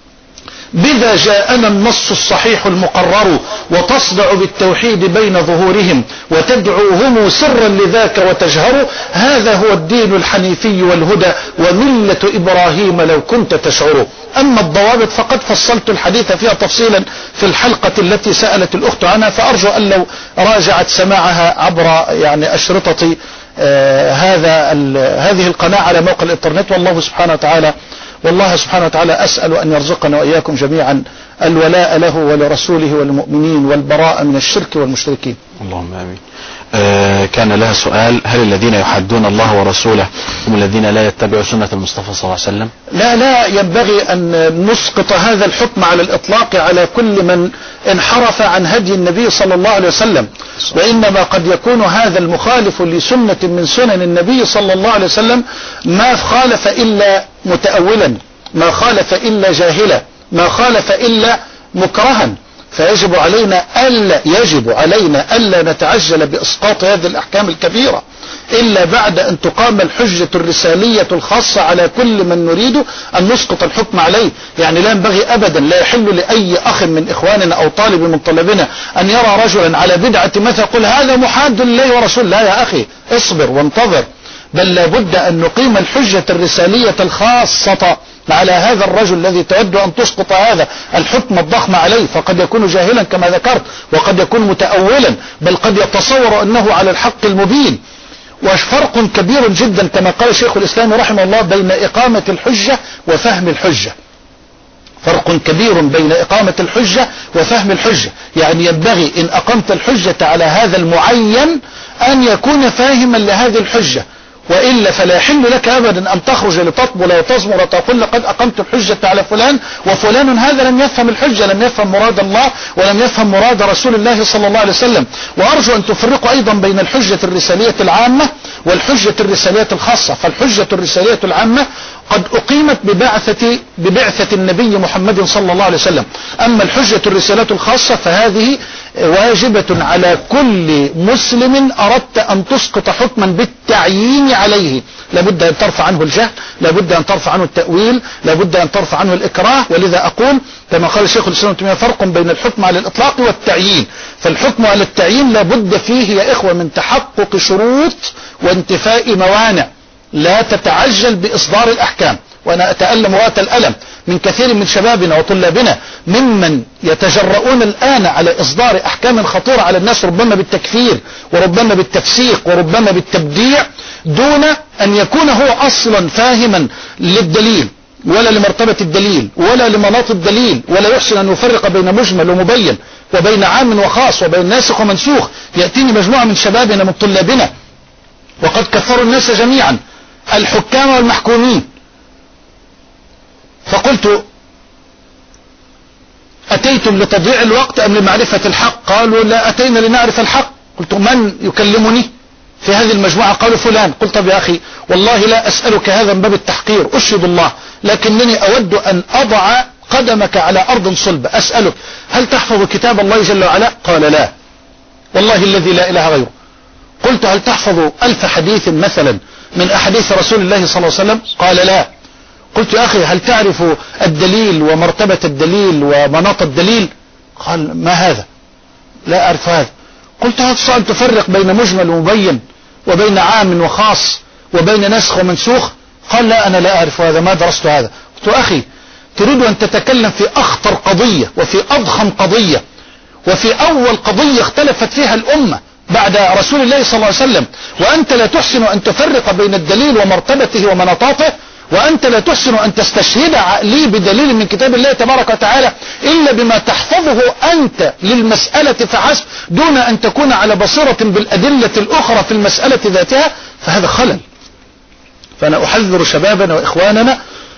بذا جاءنا النص الصحيح المقرر، وتصدع بالتوحيد بين ظهورهم وتدعوهم سرا لذاك وتجهر. هذا هو الدين الحنيفي والهدى وملة إبراهيم لو كنت تشعر. أما الضوابط فقد فصلت الحديث فيها تفصيلا في الحلقة التي سألت الأخت عنها، فأرجو أن لو راجعت سماعها عبر يعني أشرطة آه هذا هذه القناة على موقع الإنترنت. والله سبحانه وتعالى والله سبحانه وتعالى أسأل أن يرزقنا وإياكم جميعا الولاء له ولرسوله والمؤمنين والبراء من الشرك والمشركين. اللهم آمين. آه كان لها سؤال: هل الذين يحدون الله ورسوله هم الذين لا يتبعوا سنة المصطفى صلى الله عليه وسلم؟ لا لا ينبغي أن نسقط هذا الحكم على الإطلاق على كل من انحرف عن هدي النبي صلى الله عليه وسلم، وإنما قد يكون هذا المخالف لسنة من سنن النبي صلى الله عليه وسلم ما خالف إلا متأولا، ما خالف إلا جاهلا، ما خالف إلا مكرها. فيجب علينا ألا يجب علينا ألا نتعجل بإسقاط هذه الأحكام الكبيرة إلا بعد أن تقام الحجة الرسالية الخاصة على كل من نريد أن نسقط الحكم عليه. يعني لا ينبغي أبدا، لا يحل لأي أخ من إخواننا أو طالب من طلبنا أن يرى رجلا على بدعة مثل يقول هذا محاد لله ورسول. لا يا أخي، اصبر وانتظر، بل لابد أن نقيم الحجة الرسالية الخاصة على هذا الرجل الذي تود أن تسقط هذا الحكم الضخم عليه. فقد يكون جاهلا كما ذكرت، وقد يكون متأولا، بل قد يتصور أنه على الحق المبين. وفرق كبير جدا كما قال شيخ الإسلام رحمه الله بين إقامة الحجة وفهم الحجة. فرق كبير بين إقامة الحجة وفهم الحجة. يعني ينبغي إن أقمت الحجة على هذا المعين أن يكون فاهما لهذه الحجة، وإلا فلا يحل لك أبدا أن تخرج لتطبل وتزمر وتقول لقد أقمت الحجة على فلان وفلان هذا لم يفهم الحجة، لم يفهم مراد الله ولم يفهم مراد رسول الله صلى الله عليه وسلم. وأرجو أن تفرقوا أيضا بين الحجة الرسالية العامة والحجة الرسالية الخاصة. فالحجة الرسالية العامة قد أقيمت ببعثة, ببعثة النبي محمد صلى الله عليه وسلم. أما الحجة الرسالة الخاصة فهذه واجبة على كل مسلم أردت أن تسقط حكما بالتعيين عليه. لابد أن ترفع عنه الجهل، لابد أن ترفع عنه التأويل، لابد أن ترفع عنه الإكراه. ولذا أقول كما قال الشيخ الإسلام تيمية فرق بين الحكم على الإطلاق والتعيين. فالحكم على التعيين لابد فيه يا إخوة من تحقق شروط وانتفاء موانع. لا تتعجل بإصدار الأحكام. وأنا أتألم وقت الألم من كثير من شبابنا وطلابنا ممن يتجرؤون الآن على إصدار أحكام خطيرة على الناس، ربما بالتكفير وربما بالتفسيق وربما بالتبديع، دون أن يكون هو أصلا فاهما للدليل ولا لمرتبة الدليل ولا لمناط الدليل، ولا يحسن أن يفرق بين مجمل ومبين وبين عام وخاص وبين ناسخ ومنسوخ. يأتيني مجموعة من شبابنا من طلابنا وقد كفروا الناس جميعا الحكام والمحكومين. فقلت أتيتم لتضييع الوقت أم لمعرفة الحق؟ قالوا لا، أتينا لنعرف الحق. قلت من يكلمني في هذه المجموعة؟ قالوا فلان. قلت طب يا أخي والله لا أسألك هذا من باب التحقير، أشهد الله، لكنني أود أن أضع قدمك على أرض صلبة. أسألك هل تحفظ كتاب الله جل وعلا؟ قال لا والله الذي لا إله غيره. قلت هل تحفظ ألف حديث مثلا من أحاديث رسول الله صلى الله عليه وسلم؟ قال لا. قلت يا أخي هل تعرف الدليل ومرتبة الدليل ومناط الدليل؟ قال ما هذا؟ لا أعرف هذا. قلت هل تستطيع أن تفرق بين مجمل ومبين وبين عام وخاص وبين نسخ ومنسوخ؟ قال لا أنا لا أعرف هذا، ما درست هذا. قلت أخي تريد أن تتكلم في أخطر قضية وفي أضخم قضية وفي أول قضية اختلفت فيها الأمة بعد رسول الله صلى الله عليه وسلم، وأنت لا تحسن أن تفرق بين الدليل ومرتبته ومناطاته، وأنت لا تحسن أن تستشهد لي بدليل من كتاب الله تبارك وتعالى إلا بما تحفظه أنت للمسألة فحسب، دون أن تكون على بصيرة بالأدلة الأخرى في المسألة ذاتها، فهذا خلل. فأنا أحذر شبابنا وإخواننا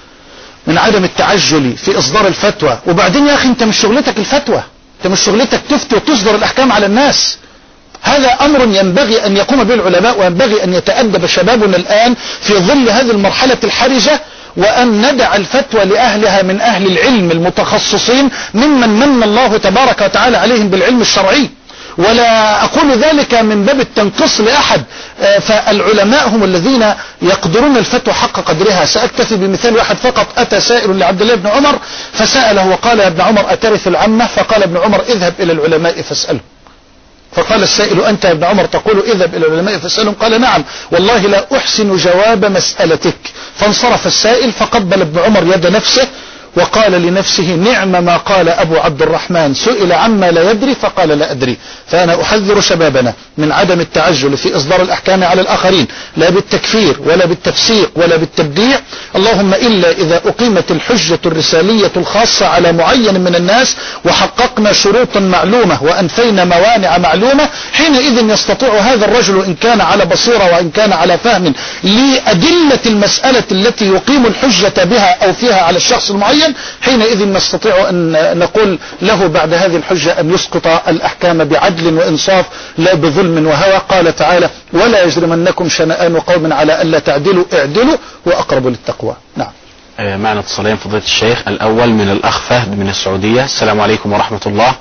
من عدم التعجل في إصدار الفتوى. وبعدين يا أخي أنت مش شغلتك الفتوى، أنت مش شغلتك تفتي وتصدر الأحكام على الناس. هذا أمر ينبغي أن يقوم به العلماء، وينبغي أن يتأدب شبابنا الآن في ظل هذه المرحلة الحرجة، وأن ندع الفتوى لأهلها من أهل العلم المتخصصين ممن من الله تبارك وتعالى عليهم بالعلم الشرعي. ولا أقول ذلك من باب التنقيص لأحد، فالعلماء هم الذين يقدرون الفتوى حق قدرها. سأكتفي بمثال واحد فقط. أتى سائل لعبد الله بن عمر فسأله وقال يا ابن عمر أترث العمة؟ فقال ابن عمر اذهب إلى العلماء فاسأله. فقال السائل أنت يا ابن عمر تقول اذهب إلى العلماء فاسألهم؟ قال نعم والله لا أحسن جواب مسألتك. فانصرف السائل فقبل ابن عمر يد نفسه وقال لنفسه نعم ما قال أبو عبد الرحمن سئل عما لا يدري فقال لا أدري. فأنا أحذر شبابنا من عدم التعجل في إصدار الأحكام على الآخرين، لا بالتكفير ولا بالتفسيق ولا بالتبديع، اللهم إلا إذا أقيمت الحجة الرسالية الخاصة على معين من الناس وحققنا شروطا معلومة وأنفينا موانع معلومة، حينئذ يستطيع هذا الرجل إن كان على بصيرة وإن كان على فهم لأدلة المسألة التي يقيم الحجة بها أو فيها على الشخص المعين، حينئذ نستطيع أن نقول له بعد هذه الحجة أن يسقط الأحكام بعدل وإنصاف لا بظلم وهوى. قال تعالى ولا يجرمنكم شنآن قوم على ألا تعدلوا اعدلوا وأقرب للتقوى. نعم. معنا اتصالين فضيلة الشيخ. الأول من الأخ فهد من السعودية. السلام عليكم ورحمة الله.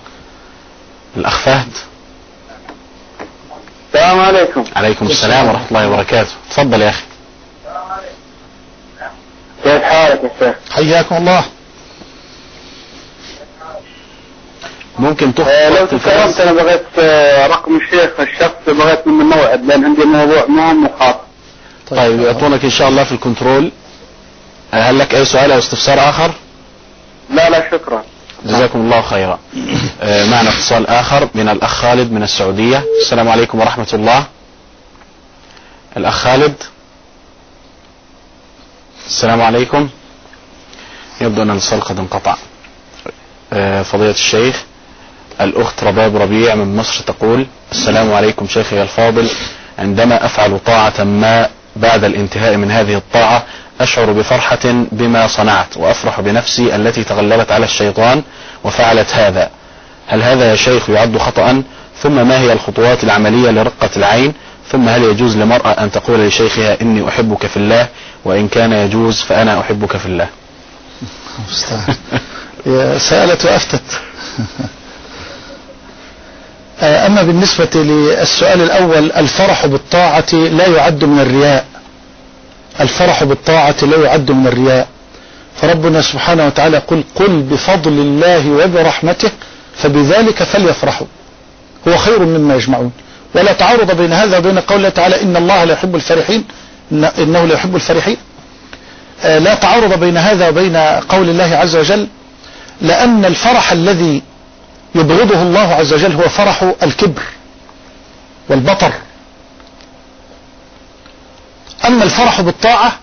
الأخ فهد. السلام عليكم. عليكم السلام ورحمة الله وبركاته. تفضل يا أخي. كيف حالك يا شيخ؟ حياكم الله. ممكن تخطط آه لو تكرمت انا بغيت آه رقم الشيخ الشخص بغيت منه موعد لان عندي موضوع مهم وخاص. طيب يعطونك ان شاء الله في الكنترول. هل لك اي سؤال او استفسار اخر؟ لا لا شكرا. جزاكم الله خيرا. آه معنا اتصال اخر من الاخ خالد من السعودية. السلام عليكم ورحمة الله. الاخ خالد. السلام عليكم. يبدو ان الاتصال قد انقطع. آه فضيلة الشيخ الأخت رباب ربيع من مصر تقول السلام عليكم شيخي الفاضل، عندما أفعل طاعة ما بعد الانتهاء من هذه الطاعة أشعر بفرحة بما صنعت وأفرح بنفسي التي تغلبت على الشيطان وفعلت هذا. هل هذا يا شيخ يعد خطأ؟ ثم ما هي الخطوات العملية لرقة العين؟ ثم هل يجوز لمرأة أن تقول لشيخها إني أحبك في الله، وإن كان يجوز فأنا أحبك في الله؟ سألت وأفتت. أما بالنسبة للسؤال الأول، الفرح بالطاعة لا يعد من الرياء. الفرح بالطاعة لا يعد من الرياء. فربنا سبحانه وتعالى قل قل بفضل الله وبرحمته فبذلك فليفرحوا هو خير مما يجمعون. ولا تعارض بين هذا وبين قول الله تعالى إن الله لا يحب الفرحين، إنه لا يحب الفرحين. لا تعارض بين هذا وبين قول الله عز وجل، لأن الفرح الذي يبغضه الله عز وجل هو فرح الكبر والبطر. أما الفرح بالطاعة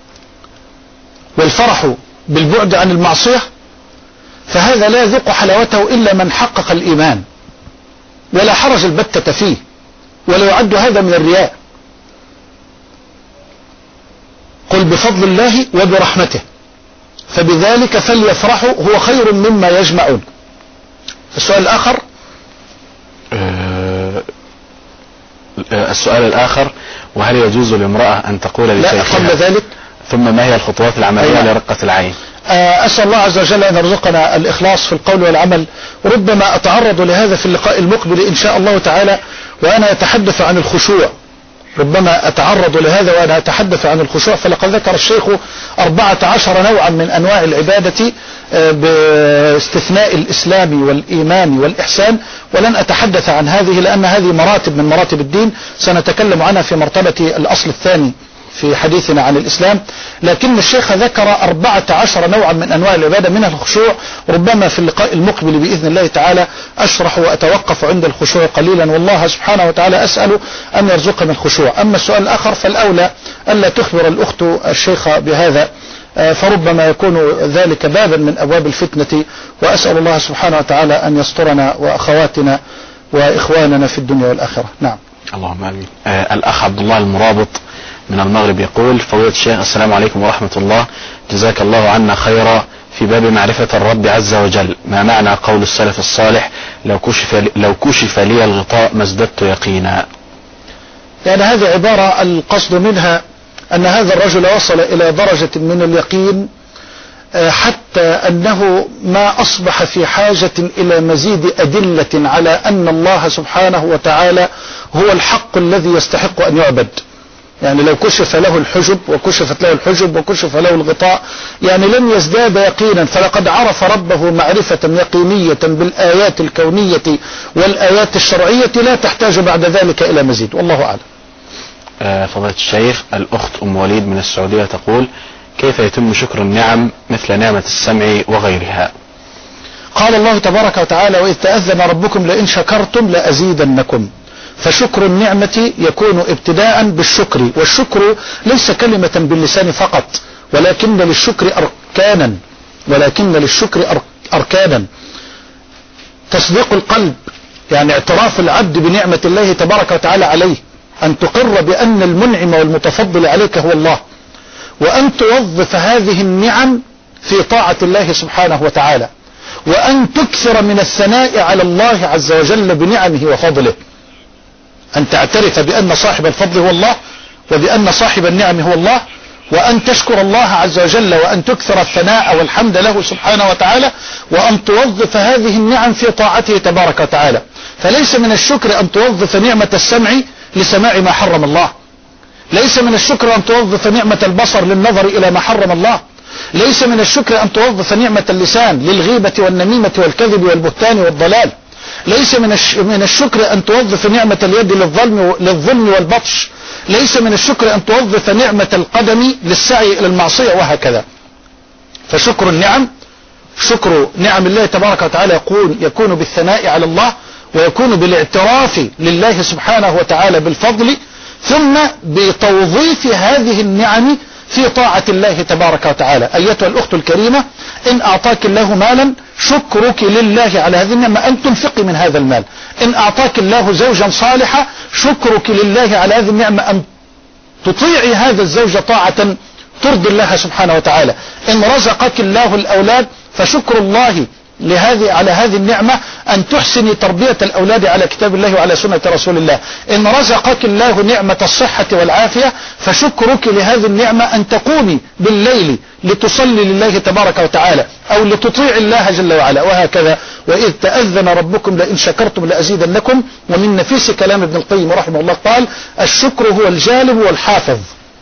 والفرح بالبعد عن المعصية فهذا لا يذوق حلاوته إلا من حقق الإيمان، ولا حرج البتة فيه، ولا يعد هذا من الرياء. قل بفضل الله وبرحمته فبذلك فليفرحوا هو خير مما يجمعون. السؤال الآخر أه السؤال الآخر: وهل يجوز لامرأة أن تقول لشيخها؟ لا قبل ذلك ثم ما هي الخطوات العملية أيوة. لرقة العين؟ أسأل الله عز وجل أن يرزقنا الإخلاص في القول والعمل. ربما أتعرض لهذا في اللقاء المقبل إن شاء الله تعالى وأنا أتحدث عن الخشوع، ربما أتعرض لهذا وأنا أتحدث عن الخشوع. فلقد ذكر الشيخ أربعة عشر نوعا من أنواع العبادة باستثناء الإسلام والإيمان والإحسان، ولن أتحدث عن هذه لأن هذه مراتب من مراتب الدين سنتكلم عنها في مرتبة الأصل الثاني في حديثنا عن الإسلام. لكن الشيخ ذكر أربعة عشر نوعا من أنواع العبادة منها الخشوع. ربما في اللقاء المقبل بإذن الله تعالى أشرح وأتوقف عند الخشوع قليلا، والله سبحانه وتعالى أسأل أن يرزقنا الخشوع. أما السؤال الآخر فالأولى ألا تخبر الأخت الشيخ بهذا، فربما يكون ذلك بابا من أبواب الفتنة، وأسأل الله سبحانه وتعالى أن يسترنا وأخواتنا وإخواننا في الدنيا والآخرة. نعم اللهم آمين. آه الأخ عبد الله المرابط من المغرب يقول: فضيلة الشيخ السلام عليكم ورحمة الله، جزاك الله عنا خيرا. في باب معرفة الرب عز وجل، ما معنى قول السلف الصالح: لو كشف, لو كشف لي الغطاء ما ازددت يقينا؟ يعني هذه عبارة القصد منها أن هذا الرجل وصل إلى درجة من اليقين حتى أنه ما أصبح في حاجة إلى مزيد أدلة على أن الله سبحانه وتعالى هو الحق الذي يستحق أن يعبد. يعني لو كشف له الحجب وكشفت له الحجب وكشف له الغطاء يعني لن يزداد يقينا، فلقد عرف ربه معرفة يقينية بالآيات الكونية والآيات الشرعية لا تحتاج بعد ذلك إلى مزيد، والله أعلم. آه فضيلة الشيخ، الأخت أم وليد من السعودية تقول: كيف يتم شكر النعم مثل نعمة السمع وغيرها؟ قال الله تبارك وتعالى: وإذ تأذن ربكم لئن شكرتم لأزيدنكم. فشكر النعمة يكون ابتداء بالشكر، والشكر ليس كلمة باللسان فقط، ولكن للشكر أركانا ولكن للشكر أركانا تصديق القلب، يعني اعتراف العبد بنعمة الله تبارك وتعالى عليه، أن تقر بأن المنعم والمتفضل عليك هو الله، وأن توظف هذه النعم في طاعة الله سبحانه وتعالى، وأن تكثر من الثناء على الله عز وجل بنعمه وفضله، أن تعترف بأن صاحب الفضل هو الله وبأن صاحب النعم هو الله، وأن تشكر الله عز وجل وأن تكثر الثناء والحمد له سبحانه وتعالى، وأن توظف هذه النعم في طاعته تبارك وتعالى. فليس من الشكر أن توظف نعمة السمع لسماع ما حرم الله، ليس من الشكر أن توظف نعمة البصر للنظر إلى ما حرم الله، ليس من الشكر أن توظف نعمة اللسان للغيبة والنميمة والكذب والبهتان والضلال، ليس من الشكر أن توظف نعمة اليد للظلم للظلم والبطش، ليس من الشكر أن توظف نعمة القدم للسعي إلى المعصية، وهكذا. فشكر النعم، شكر نعم الله تبارك وتعالى يكون يكون بالثناء على الله، ويكون بالاعتراف لله سبحانه وتعالى بالفضل، ثم بتوظيف هذه النعم في طاعة الله تبارك وتعالى. أيتها الأخت الكريمة، إن أعطاك الله مالا شكرك لله على هذه النعمة أن تنفقي من هذا المال. إن أعطاك الله زوجا صالحا شكرك لله على هذه النعمة أن تطيعي هذا الزوج طاعة ترضي الله سبحانه وتعالى. إن رزقك الله الأولاد فشكر الله لهذه على هذه النعمة أن تحسني تربية الأولاد على كتاب الله وعلى سنة رسول الله. إن رزقك الله نعمة الصحة والعافية فشكرك لهذه النعمة أن تقومي بالليل لتصلي لله تبارك وتعالى أو لتطيع الله جل وعلا، وهكذا. وإذ تأذن ربكم لئن شكرتم لأزيدنكم. ومن نفيس كلام ابن القيم رحمه الله قال: الشكر هو الجالب والحافظ.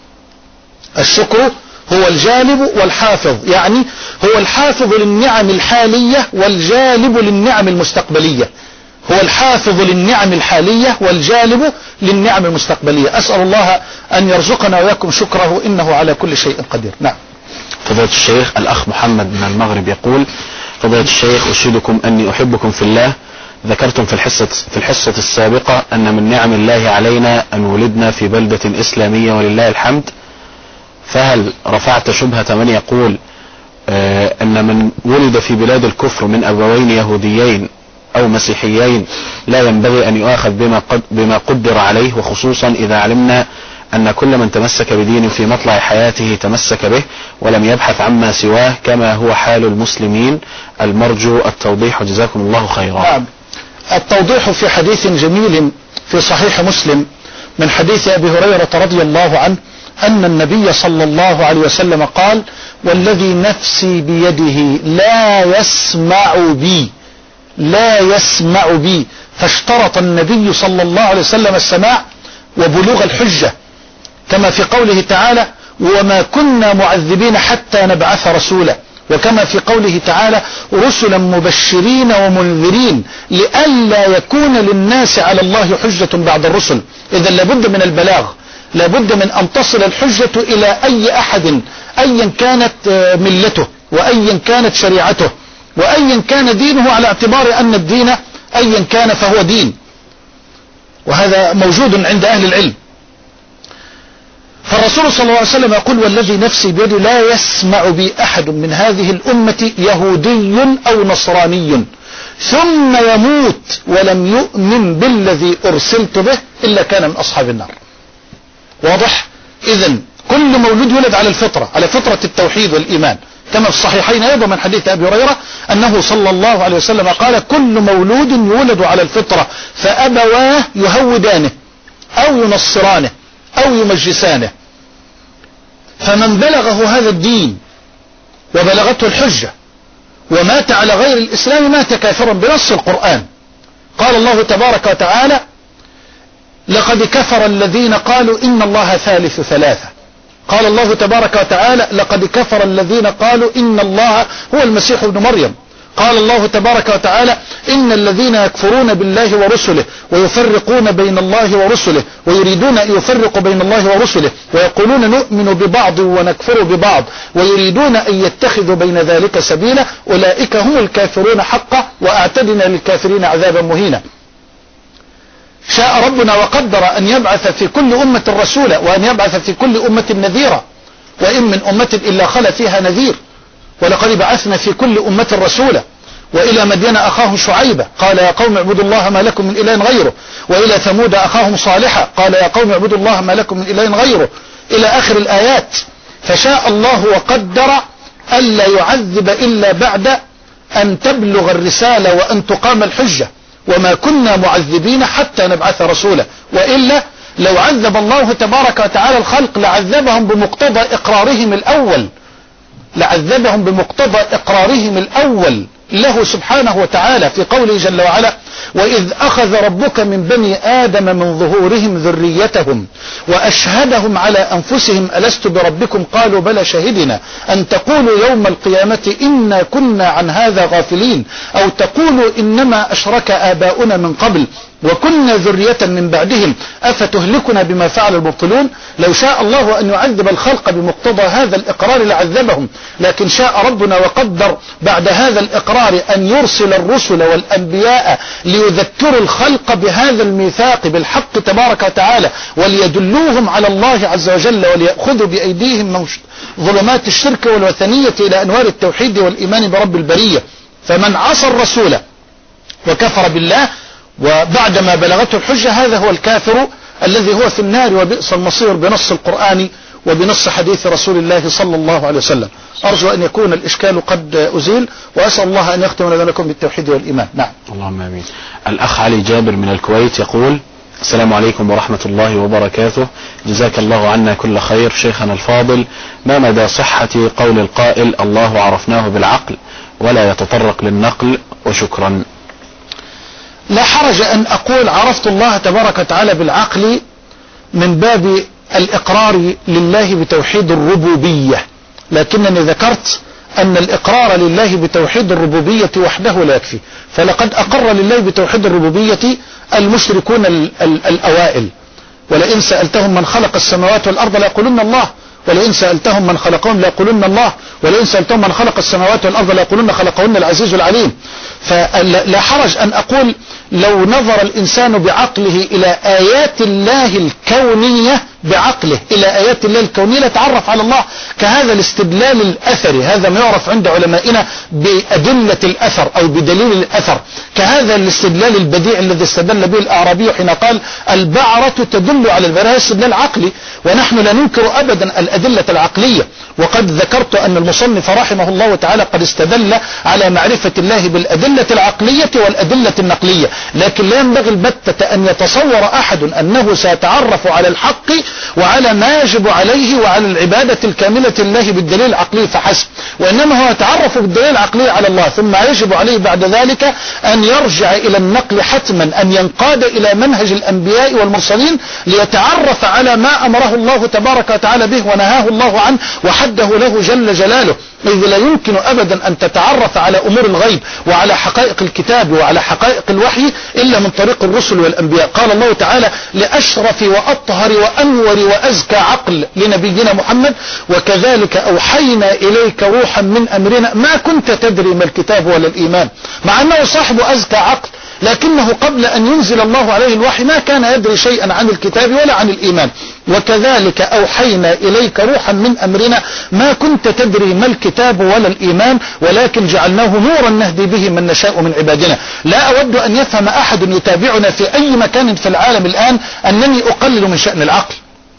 الشكر هو الجالب والحافظ، يعني هو الحافظ للنعم الحالية والجالب للنعم المستقبلية. هو الحافظ للنعم الحالية والجالب للنعم المستقبلية. أسأل الله أن يرزقنا وياكم شكره إنه على كل شيء قدير. نعم. فضيلة الشيخ، الأخ محمد من المغرب يقول: فضيلة الشيخ، أشهدكم أني أحبكم في الله. ذكرتم في الحصة في الحصة السابقة أن من نعم الله علينا أن ولدنا في بلدة إسلامية ولله الحمد، فهل رفعت شبهة من يقول آه أن من ولد في بلاد الكفر من أبوين يهوديين أو مسيحيين لا ينبغي أن يؤاخذ بما, قد بما قدر عليه، وخصوصا إذا علمنا أن كل من تمسك بدين في مطلع حياته تمسك به ولم يبحث عما سواه كما هو حال المسلمين؟ المرجو التوضيح جزاكم الله خيرا. نعم، التوضيح في حديث جميل في صحيح مسلم من حديث أبي هريرة رضي الله عنه أن النبي صلى الله عليه وسلم قال: والذي نفسي بيده لا يسمع بي لا يسمع بي فاشترط النبي صلى الله عليه وسلم السماع وبلوغ الحجة، كما في قوله تعالى: وما كنا معذبين حتى نبعث رسولا، وكما في قوله تعالى: رسلا مبشرين ومنذرين لئلا يكون للناس على الله حجة بعد الرسل. إذا لابد من البلاغ، لابد من أن تصل الحجة إلى أي أحد أيا كانت ملته وأيا كانت شريعته وأيا كان دينه، على اعتبار أن الدين أيا كان فهو دين، وهذا موجود عند أهل العلم. فالرسول صلى الله عليه وسلم يقول: والذي نفسي بيده لا يسمع بي أحد من هذه الأمة يهودي أو نصراني ثم يموت ولم يؤمن بالذي أرسلت به إلا كان من أصحاب النار. واضح؟ إذن كل مولود يولد على الفطرة، على فطرة التوحيد والإيمان، كما في الصحيحين أيضا من حديث أبي هريرة أنه صلى الله عليه وسلم قال: كل مولود يولد على الفطرة فأبواه يهودانه أو ينصرانه أو يمجسانه. فمن بلغه هذا الدين وبلغته الحجة ومات على غير الإسلام مات كافرا بنص القرآن. قال الله تبارك وتعالى: لقد كفر الذين قالوا إن الله ثالث ثلاثة. قال الله تبارك وتعالى: لقد كفر الذين قالوا إن الله هو المسيح ابن مريم. قال الله تبارك وتعالى: إن الذين يكفرون بالله ورسله ويفرقون بين الله ورسله ويريدون أن يفرقوا بين الله ورسله ويقولون نؤمن ببعض ونكفر ببعض ويريدون أن يتخذوا بين ذلك سبيلا أولئك هم الكافرون حقا وأعتدنا للكافرين عذابا مهينا. شاء ربنا وقدر أن يبعث في كل أمة رسولا وأن يبعث في كل أمة نذيرا، وإن من أمة إلا خلا فيها نذير، ولقد بعثنا في كل أمة رسولا. وإلى مدين أخاهم شعيبا قال: يا قوم اعبدوا الله ما لكم من إله غيره. وإلى ثمود أخاهم صالحا قال: يا قوم اعبدوا الله ما لكم من إله غيره، إلى آخر الآيات. فشاء الله وقدر ألا يعذب إلا بعد أن تبلغ الرسالة وأن تقام الحجة، وما كنا معذبين حتى نبعث رسولا، وإلا لو عذب الله تبارك وتعالى الخلق لعذبهم بمقتضى إقرارهم الأول لعذبهم بمقتضى إقرارهم الأول له سبحانه وتعالى في قوله جل وعلا: وإذ أخذ ربك من بني آدم من ظهورهم ذريتهم وأشهدهم على أنفسهم ألست بربكم قالوا بلى شهدنا أن تقولوا يوم القيامة إنا كنا عن هذا غافلين أو تقولوا إنما أشرك آباؤنا من قبل وكنا ذرية من بعدهم أفتهلكنا بما فعل المبطلون. لو شاء الله أن يعذب الخلق بمقتضى هذا الإقرار لعذبهم، لكن شاء ربنا وقدر بعد هذا الإقرار أن يرسل الرسل والأنبياء ليذكروا الخلق بهذا الميثاق بالحق تبارك وتعالى وليدلوهم على الله عز وجل وليأخذوا بأيديهم من ظلمات الشرك والوثنية إلى أنوار التوحيد والإيمان برب البرية. فمن عصى الرسول وكفر بالله وبعدما بلغته الحجة هذا هو الكافر الذي هو في النار وبئس المصير بنص القرآن وبنص حديث رسول الله صلى الله عليه وسلم. أرجو أن يكون الإشكال قد أزيل، وأسأل الله أن يختم لنا لكم بالتوحيد والإيمان. نعم. اللهم آمين. الأخ علي جابر من الكويت يقول: السلام عليكم ورحمة الله وبركاته، جزاك الله عنا كل خير شيخنا الفاضل، ما مدى صحة قول القائل الله عرفناه بالعقل ولا يتطرق للنقل؟ وشكرا. لا حرج أن أقول عرفت الله تبارك وتعالى بالعقل من باب الإقرار لله بتوحيد الربوبية، لكنني ذكرت أن الإقرار لله بتوحيد الربوبية وحده لا يكفي، فلقد أقر لله بتوحيد الربوبية المشركون ال ال الأوائل، ولئن سألتهم من خلق السماوات والأرض ليقولن الله، ولئن سألتهم من خلقهم ليقولن الله، ولئن سألتهم من خلق السماوات والأرض ليقولن خلقهن العزيز العليم. فلا حرج أن أقول لو نظر الإنسان بعقله إلى آيات الله الكونية بعقله إلى آيات الله الكونية لتعرف على الله كهذا الاستدلال الأثري. هذا ما يعرف عند علمائنا بأدلة الأثر أو بدليل الأثر، كهذا الاستدلال البديع الذي استدل به الأعرابي حين قال البعرة تدل على البعرة. هذا استدلال عقلي، ونحن لا ننكر أبدا الأدلة العقلية. وقد ذكرت أن المصنف رحمه الله تعالى قد استدل على معرفة الله بالأدلة العقلية والأدلة النقلية، لكن لا ينبغي البتة أن يتصور أحد أنه سيتعرف على الحق وعلى ما يجب عليه وعلى العبادة الكاملة لله بالدليل العقلي فحسب، وإنما هو يتعرف بالدليل العقلي على الله، ثم يجب عليه بعد ذلك أن يرجع إلى النقل حتما، أن ينقاد إلى منهج الأنبياء والمرسلين ليتعرف على ما أمره الله تبارك وتعالى به ونهاه الله عنه وحده له جل جلاله. إذ لا يمكن أبدا أن تتعرف على أمور الغيب وعلى حقائق الكتاب وعلى حقائق الوحي إلا من طريق الرسل والأنبياء. قال الله تعالى لأشرف وأطهر وأنور وأزكى عقل لنبينا محمد وكذلك أوحينا إليك روحا من أمرنا ما كنت تدري ما الكتاب ولا الإيمان، مع أنه صاحب أزكى عقل، لكنه قبل أن ينزل الله عليه الوحي ما كان يدري شيئا عن الكتاب ولا عن الإيمان. وكذلك أوحينا إليك روحا من أمرنا ما كنت تدري ما الكتاب ولا الإيمان ولكن جعلناه نورا نهدي به من نشاء من عبادنا. لا أود أن يفهم أحد يتابعنا في أي مكان في العالم الآن أنني أقلل من شأن العقل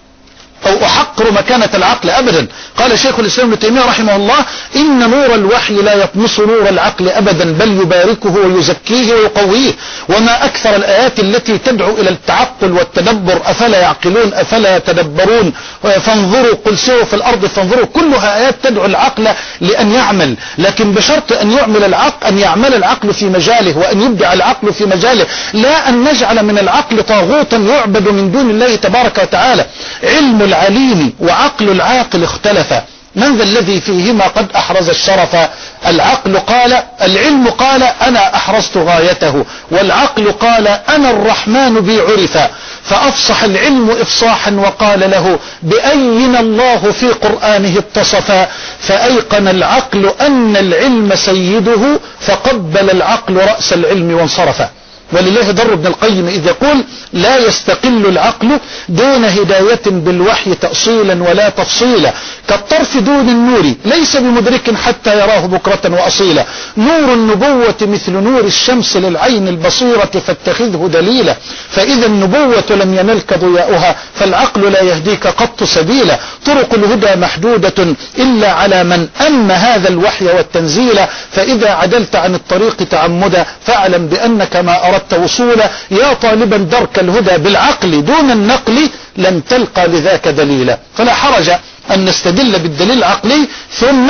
أو أحقر مكانة العقل أبدا. قال شيخ الإسلام ابن تيمية رحمه الله إن نور الوحي لا يطمس نور العقل أبدا بل يباركه ويزكيه ويقويه. وما أكثر الآيات التي تدعو إلى التعقل والتدبر، أفلا يعقلون أفلا يتدبرون فانظروا قل سيروا في الأرض فانظروا، كلها آيات تدعو العقل لأن يعمل، لكن بشرط أن يعمل العقل أن يعمل العقل في مجاله وأن يبدع العقل في مجاله، لا أن نجعل من العقل طاغوتا يعبد من دون الله تبارك وتعالى. علم العليم وعقل العاقل اختلفا، من ذا الذي فيهما قد أحرز الشرف؟ العقل قال العلم قال أنا أحرزت غايته، والعقل قال أنا الرحمن بي عرفا. فأفصح العلم إفصاحا وقال له بأين الله في قرآنه اتصفا، فأيقن العقل أن العلم سيده فقبل العقل رأس العلم وانصرفا. ولله ضر ابن القيم إذ يقول لا يستقل العقل دون هداية بالوحي تأصيلا ولا تفصيلا، كالطرف دون النور ليس بمدرك حتى يراه بكرة وأصيلا. نور النبوة مثل نور الشمس للعين البصيرة فاتخذه دليلا، فإذا النبوة لم ينلك ضياؤها فالعقل لا يهديك قط سبيلا. طرق الهدى محدودة إلا على من أم هذا الوحي والتنزيل، فإذا عدلت عن الطريق تعمدا فاعلم بأنك ما أردت وصولا. يا طالبا درك الهدى بالعقل دون النقل لن تلقى لذاك دليلا. فلا حرج أن نستدل بالدليل العقلي، ثم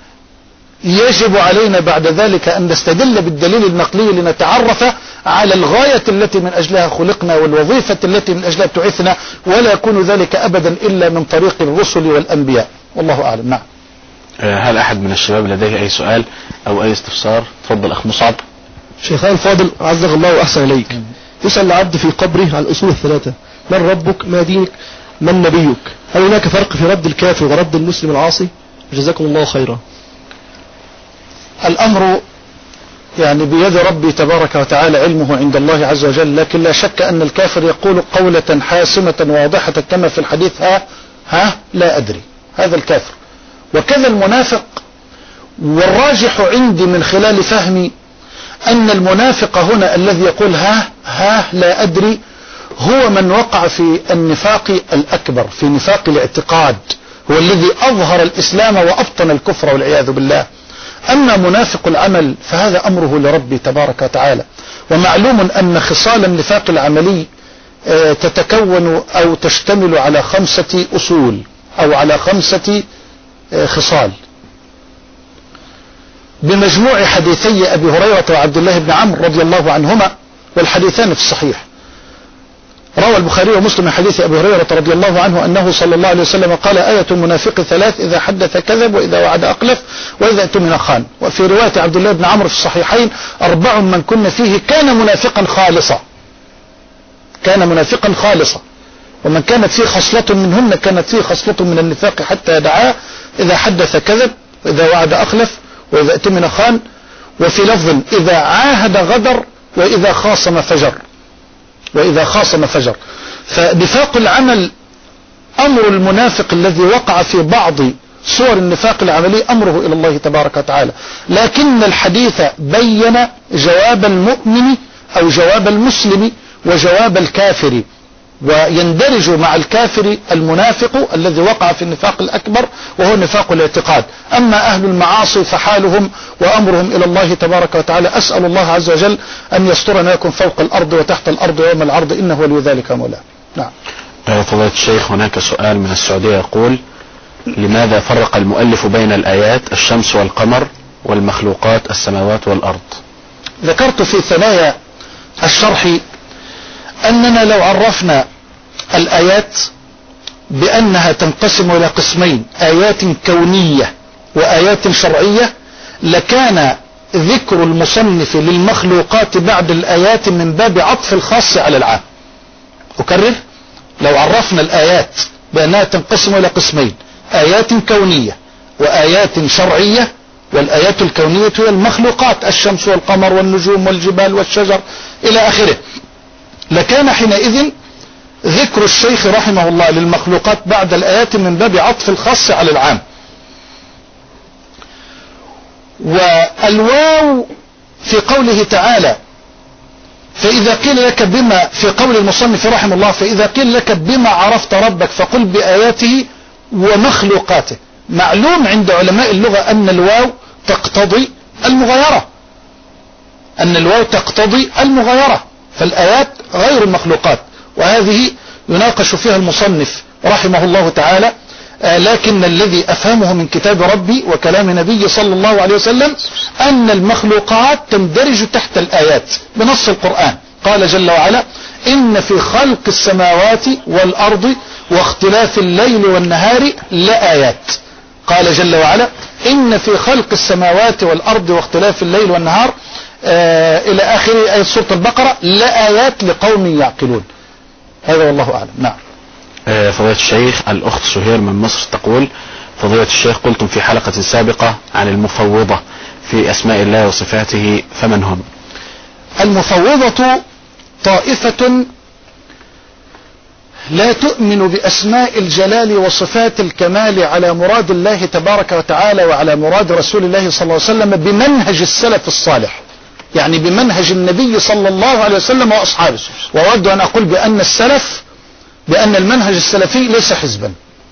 يجب علينا بعد ذلك أن نستدل بالدليل النقلي لنتعرف على الغاية التي من أجلها خلقنا والوظيفة التي من أجلها ابتعثنا، ولا يكون ذلك أبدا إلا من طريق الرسل والأنبياء. والله أعلم. نعم. هل أحد من الشباب لديه أي سؤال أو أي استفسار؟ تفضل أخ مصعب. شيخان الفاضل عزك الله وأحسن إليك، يسأل العبد في قبره عن الأصول الثلاثة: من ربك، ما دينك، من نبيك؟ هل هناك فرق في رد الكافر ورد المسلم العاصي؟ جزاكم الله خيرا. الأمر يعني بيد ربي تبارك وتعالى، علمه عند الله عز وجل، لكن لا شك أن الكافر يقول قولة حاسمة واضحة كما في الحديث ها ها لا أدري، هذا الكافر. وكذا المنافق. والراجح عندي من خلال فهمي أن المنافق هنا الذي يقول ها ها لا أدري هو من وقع في النفاق الأكبر، في نفاق الاعتقاد، هو الذي أظهر الإسلام وأبطن الكفر والعياذ بالله. أما منافق العمل فهذا أمره لربي تبارك وتعالى. ومعلوم أن خصال النفاق العملي تتكون أو تشتمل على خمسة أصول أو على خمسة خصال بمجموع حديثي أبي هريرة وعبد الله بن عمرو رضي الله عنهما، والحديثان في الصحيح. روى البخاري ومسلم من حديث أبي هريرة رضي الله عنه أنه صلى الله عليه وسلم قال: آية المنافق ثلاث: إذا حدث كذب، وإذا وعد أخلف، وإذا اؤتمن خان. وفي رواية عبد الله بن عمرو في الصحيحين: أربع من كن فيه كان منافقا خالصا، كان منافقا خالصا. ومن كانت فيه خصلة منهن كانت فيه خصلة من النفاق حتى يدعاه: إذا حدث كذب، وإذا وعد أخلف، وإذا اؤتمن خان. وفي لفظ: إذا عاهد غدر، وإذا خاصم فجر وإذا خاصم فجر. فنفاق العمل أمر المنافق الذي وقع في بعض صور النفاق العملي أمره إلى الله تبارك وتعالى، لكن الحديث بين جواب المؤمن أو جواب المسلم وجواب الكافر، ويندرج مع الكافر المنافق الذي وقع في النفاق الأكبر وهو نفاق الاعتقاد. أما أهل المعاصي فحالهم وأمرهم إلى الله تبارك وتعالى. أسأل الله عز وجل أن يسترنا لكم فوق الأرض وتحت الأرض يوم العرض، إنه ولي ذلك مولاه. نعم. فضيلة الشيخ، هناك سؤال من السعودية يقول: لماذا فرق المؤلف بين الآيات الشمس والقمر والمخلوقات السماوات والأرض؟ ذكرت في ثنايا الشرح أننا لو عرفنا الآيات بأنها تنقسم إلى قسمين: آيات كونية وآيات شرعية، لكان ذكر المصنف للمخلوقات بعد الآيات من باب عطف الخاص على العام. أكرر: لو عرفنا الآيات بأنها تنقسم إلى قسمين: آيات كونية وآيات شرعية، والآيات الكونية هي المخلوقات، الشمس والقمر والنجوم والجبال والشجر إلى آخره، لكان حينئذ ذكر الشيخ رحمه الله للمخلوقات بعد الآيات من باب عطف الخاص على العام. والواو في قوله تعالى: فإذا قيل لك بما، في قول المصنف رحمه الله: فإذا قيل لك بما عرفت ربك فقل بآياته ومخلوقاته. معلوم عند علماء اللغة أن الواو تقتضي المغايرة، أن الواو تقتضي المغايرة، فالآيات غير المخلوقات، وهذه يناقش فيها المصنف رحمه الله تعالى. آه لكن الذي أفهمه من كتاب ربي وكلام نبي صلى الله عليه وسلم أن المخلوقات تندرج تحت الآيات بنص القرآن. قال جل وعلا: إن في خلق السماوات والأرض واختلاف الليل والنهار لآيات. قال جل وعلا: إن في خلق السماوات والأرض واختلاف الليل والنهار آه إلى آخر آية سورة البقرة لآيات لقوم يعقلون. هذا والله أعلم. نعم. آه فضيلة الشيخ، الأخت سهير من مصر تقول: فضيلة الشيخ، قلتم في حلقة سابقة عن المفوضة في أسماء الله وصفاته، فمن هم؟ المفوضة طائفة لا تؤمن بأسماء الجلال وصفات الكمال على مراد الله تبارك وتعالى وعلى مراد رسول الله صلى الله عليه وسلم بمنهج السلف الصالح، يعني بمنهج النبي صلى الله عليه وسلم وأصحابه. وأود أن أقول بأن السلف بأن المنهج السلفي ليس حزبا،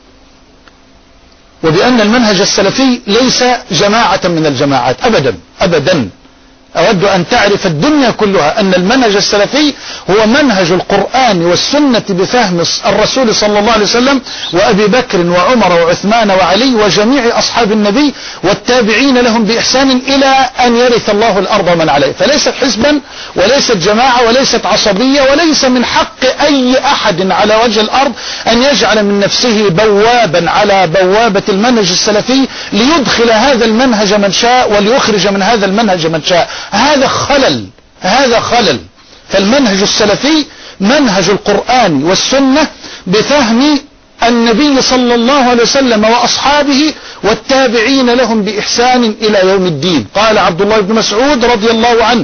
وبأن المنهج السلفي ليس جماعة من الجماعات أبدا أبدا. أود أن تعرف الدنيا كلها أن المنهج السلفي هو منهج القرآن والسنة بفهم الرسول صلى الله عليه وسلم وأبي بكر وعمر وعثمان وعلي وجميع أصحاب النبي والتابعين لهم بإحسان إلى أن يرث الله الأرض من عليه. فليست حزبا وليست جماعة وليست عصبية، وليس من حق أي أحد على وجه الأرض أن يجعل من نفسه بوابا على بوابة المنهج السلفي ليدخل هذا المنهج من شاء وليخرج من هذا المنهج من شاء. هذا خلل هذا خلل. فالمنهج السلفي منهج القرآن والسنة بفهم النبي صلى الله عليه وسلم وأصحابه والتابعين لهم بإحسان إلى يوم الدين. قال عبد الله بن مسعود رضي الله عنه: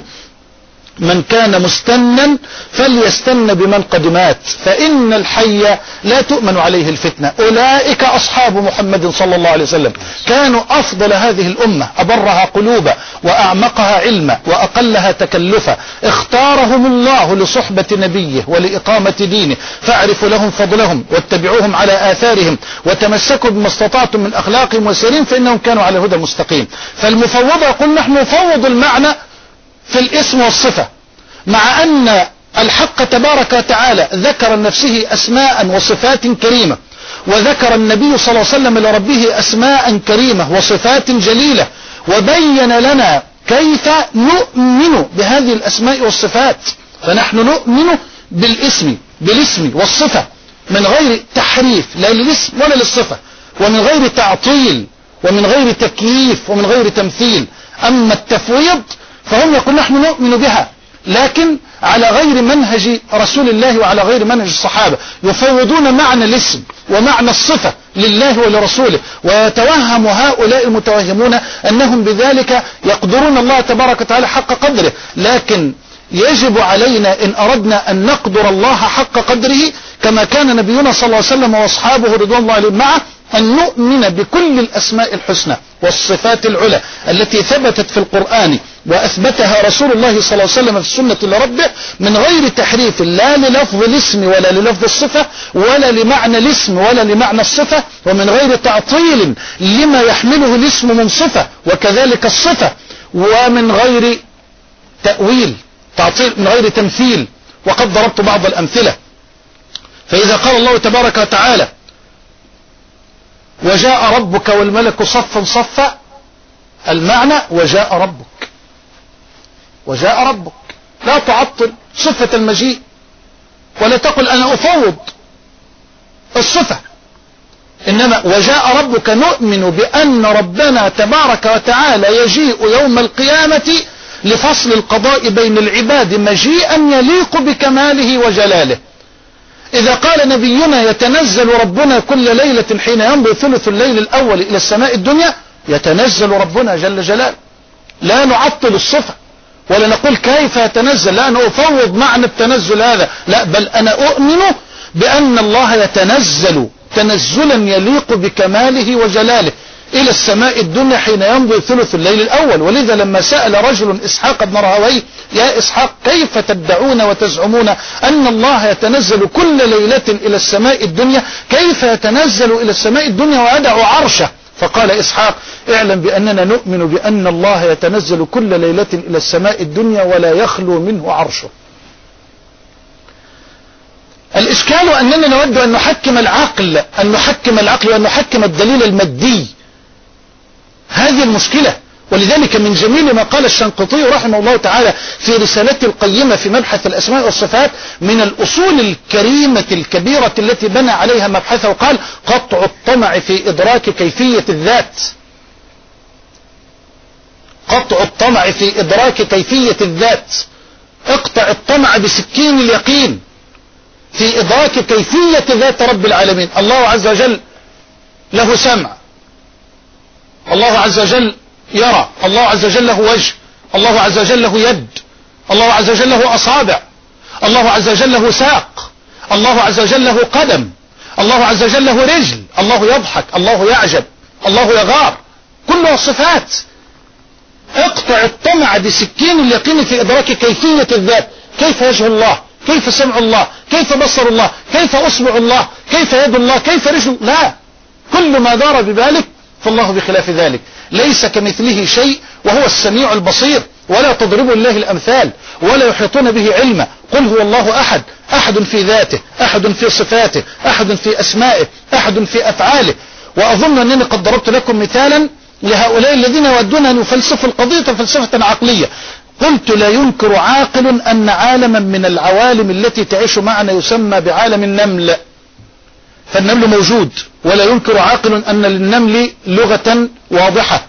من كان مستنا فليستن بمن قد مات، فإن الحي لا تؤمن عليه الفتنة. أولئك أصحاب محمد صلى الله عليه وسلم، كانوا أفضل هذه الأمة، أبرها قلوبا وأعمقها علما وأقلها تكلفا. اختارهم الله لصحبة نبيه ولإقامة دينه، فاعرفوا لهم فضلهم واتبعوهم على آثارهم وتمسكوا بما استطعتم من أخلاقهم وسيرهم فإنهم كانوا على الهدى المستقيم. فالمفوضة يقول: نحن نفوض المعنى في الاسم والصفة، مع أن الحق تبارك وتعالى ذكر نفسه أسماء وصفات كريمة، وذكر النبي صلى الله عليه وسلم لربه أسماء كريمة وصفات جليلة، وبين لنا كيف نؤمن بهذه الأسماء والصفات. فنحن نؤمن بالاسم بالاسم والصفة من غير تحريف، لا للاسم ولا للصفة، ومن غير تعطيل ومن غير تكييف ومن غير تمثيل. أما التفويض فهم يقول نحن نؤمن بها لكن على غير منهج رسول الله وعلى غير منهج الصحابة، يفوضون معنى الاسم ومعنى الصفة لله ولرسوله، ويتوهم هؤلاء المتوهمون أنهم بذلك يقدرون الله تبارك وتعالى حق قدره. لكن يجب علينا إن أردنا أن نقدر الله حق قدره كما كان نبينا صلى الله عليه وسلم وأصحابه رضوان الله عليهم معه أن نؤمن بكل الأسماء الحسنى والصفات العلى التي ثبتت في القرآن وأثبتها رسول الله صلى الله عليه وسلم في السنة لربه من غير تحريف لا للفظ الاسم ولا للفظ الصفة ولا لمعنى الاسم ولا لمعنى الصفة، ومن غير تعطيل لما يحمله الاسم من صفة وكذلك الصفة، ومن غير تأويل تعطيل من غير تمثيل. وقد ضربت بعض الأمثلة. فإذا قال الله تبارك وتعالى وجاء ربك والملك صفا صفا، المعنى وجاء ربك وجاء ربك، لا تعطل صفة المجيء ولا تقل أنا أفوض الصفة، إنما وجاء ربك نؤمن بأن ربنا تبارك وتعالى يجيء يوم القيامة لفصل القضاء بين العباد مجيئا يليق بكماله وجلاله. إذا قال نبينا يتنزل ربنا كل ليلة حين يمضي ثلث الليل الأول إلى السماء الدنيا، يتنزل ربنا جل جلاله، لا نعطل الصفة ولا نقول كيف يتنزل، لا أنا أفوض معنى التنزل هذا، لا بل أنا أؤمن بأن الله يتنزل تنزلا يليق بكماله وجلاله إلى السماء الدنيا حين يمضي ثلث الليل الأول. ولذا لما سأل رجل إسحاق بن راهويه يا إسحاق كيف تدعون وتزعمون أن الله يتنزل كل ليلة إلى السماء الدنيا، كيف يتنزل إلى السماء الدنيا ويدع عرشه؟ فقال إسحاق اعلم بأننا نؤمن بأن الله يتنزل كل ليلة إلى السماء الدنيا ولا يخلو منه عرشه. الإشكال أننا نود أن نحكم العقل أن نحكم العقل وأن نحكم الدليل المادي، هذه المشكلة. ولذلك من جميل ما قال الشنقيطي رحمه الله تعالى في رسالته القيمة في مبحث الأسماء والصفات من الأصول الكريمة الكبيرة التي بنى عليها مبحثه، وقال قطع الطمع في إدراك كيفية الذات، قطع الطمع في إدراك كيفية الذات، اقطع الطمع بسكين اليقين في إدراك كيفية ذات رب العالمين. الله عز وجل له سمع، الله عز وجل يرى، الله عز وجل له وجه، الله عز وجل له يد، الله عز وجل له أصابع، الله عز وجل له ساق، الله عز وجل له قدم، الله عز وجل له رجل، الله يضحك، الله يعجب، الله يغار، كلها صفات. اقطع الطمع بسكين اليقين في إدراك كيفية الذات، كيف وجه الله، كيف سمع الله، كيف بصر الله، كيف أصبع الله، كيف يد الله، كيف رجل، لا، كل ما دار ببالك فالله بخلاف ذلك، ليس كمثله شيء وهو السميع البصير، ولا تضربوا الله الأمثال ولا يحيطون به علما. قل هو الله أحد، أحد في ذاته، أحد في صفاته، أحد في أسمائه، أحد في أفعاله. وأظن أنني قد ضربت لكم مثالا لهؤلاء الذين يودون أن يفلسفوا القضية فلسفة عقلية. قلت لا ينكر عاقل أن عالما من العوالم التي تعيش معنا يسمى بعالم النمل، فالنمل موجود، ولا ينكر عاقل أن للنمل لغة واضحة،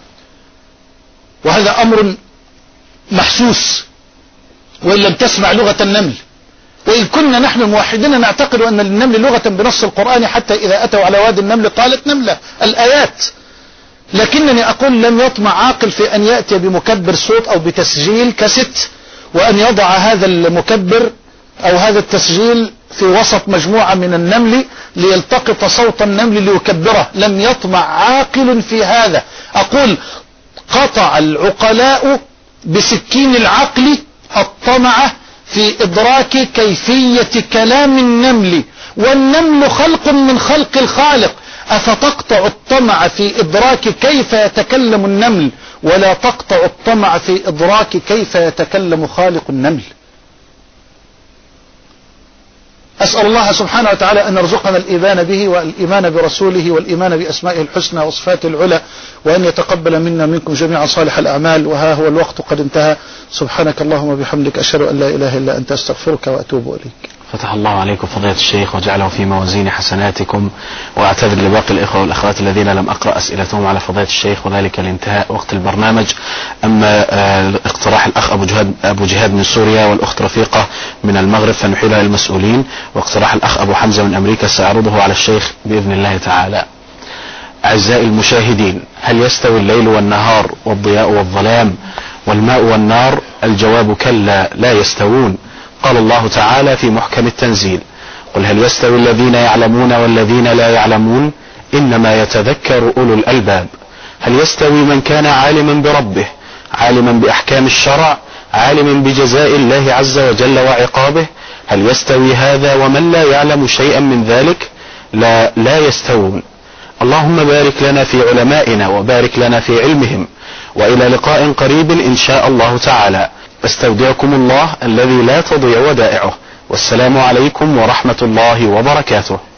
وهذا أمر محسوس وإن لم تسمع لغة النمل. وإن كنا نحن الموحدين نعتقد أن للنمل لغة بنص القرآن، حتى إذا أتوا على وادي النمل قالت نملة الآيات. لكنني أقول لم يطمع عاقل في أن يأتي بمكبر صوت أو بتسجيل كاسيت وأن يضع هذا المكبر أو هذا التسجيل في وسط مجموعة من النمل ليلتقط صوت النمل ليكبره. لم يطمع عاقل في هذا. أقول قطع العقلاء بسكين العقل الطمع في إدراك كيفية كلام النمل، والنمل خلق من خلق الخالق. أفتقطع الطمع في إدراك كيف يتكلم النمل ولا تقطع الطمع في إدراك كيف يتكلم خالق النمل؟ أسأل الله سبحانه وتعالى أن يرزقنا الإيمان به والإيمان برسوله والإيمان بأسمائه الحسنى وصفاته العلى، وأن يتقبل منا منكم جميعا صالح الأعمال. وها هو الوقت قد انتهى. سبحانك اللهم وبحمدك أشهد أن لا إله إلا أنت أستغفرك وأتوب إليك. فتح الله عليكم فضيلة الشيخ وجعله في موازين حسناتكم. وأعتذر لباقي الإخوة والأخوات الذين لم أقرأ أسئلتهم على فضيلة الشيخ وذلك لانتهاء وقت البرنامج. أما اقتراح الأخ أبو جهاد, أبو جهاد من سوريا والأخت رفيقة من المغرب فنحيلها للمسؤولين، واقتراح الأخ أبو حمزة من أمريكا سأعرضه على الشيخ بإذن الله تعالى. أعزائي المشاهدين، هل يستوي الليل والنهار والضياء والظلام والماء والنار؟ الجواب كلا لا يستوون. قال الله تعالى في محكم التنزيل: قل هل يستوي الذين يعلمون والذين لا يعلمون إنما يتذكر أولو الألباب. هل يستوي من كان عالما بربه، عالما بأحكام الشرع، عالما بجزاء الله عز وجل وعقابه؟ هل يستوي هذا ومن لا يعلم شيئا من ذلك؟ لا لا يستوون. اللهم بارك لنا في علمائنا وبارك لنا في علمهم، وإلى لقاء قريب إن شاء الله تعالى. استودعكم الله الذي لا تضيع ودائعه، والسلام عليكم ورحمة الله وبركاته.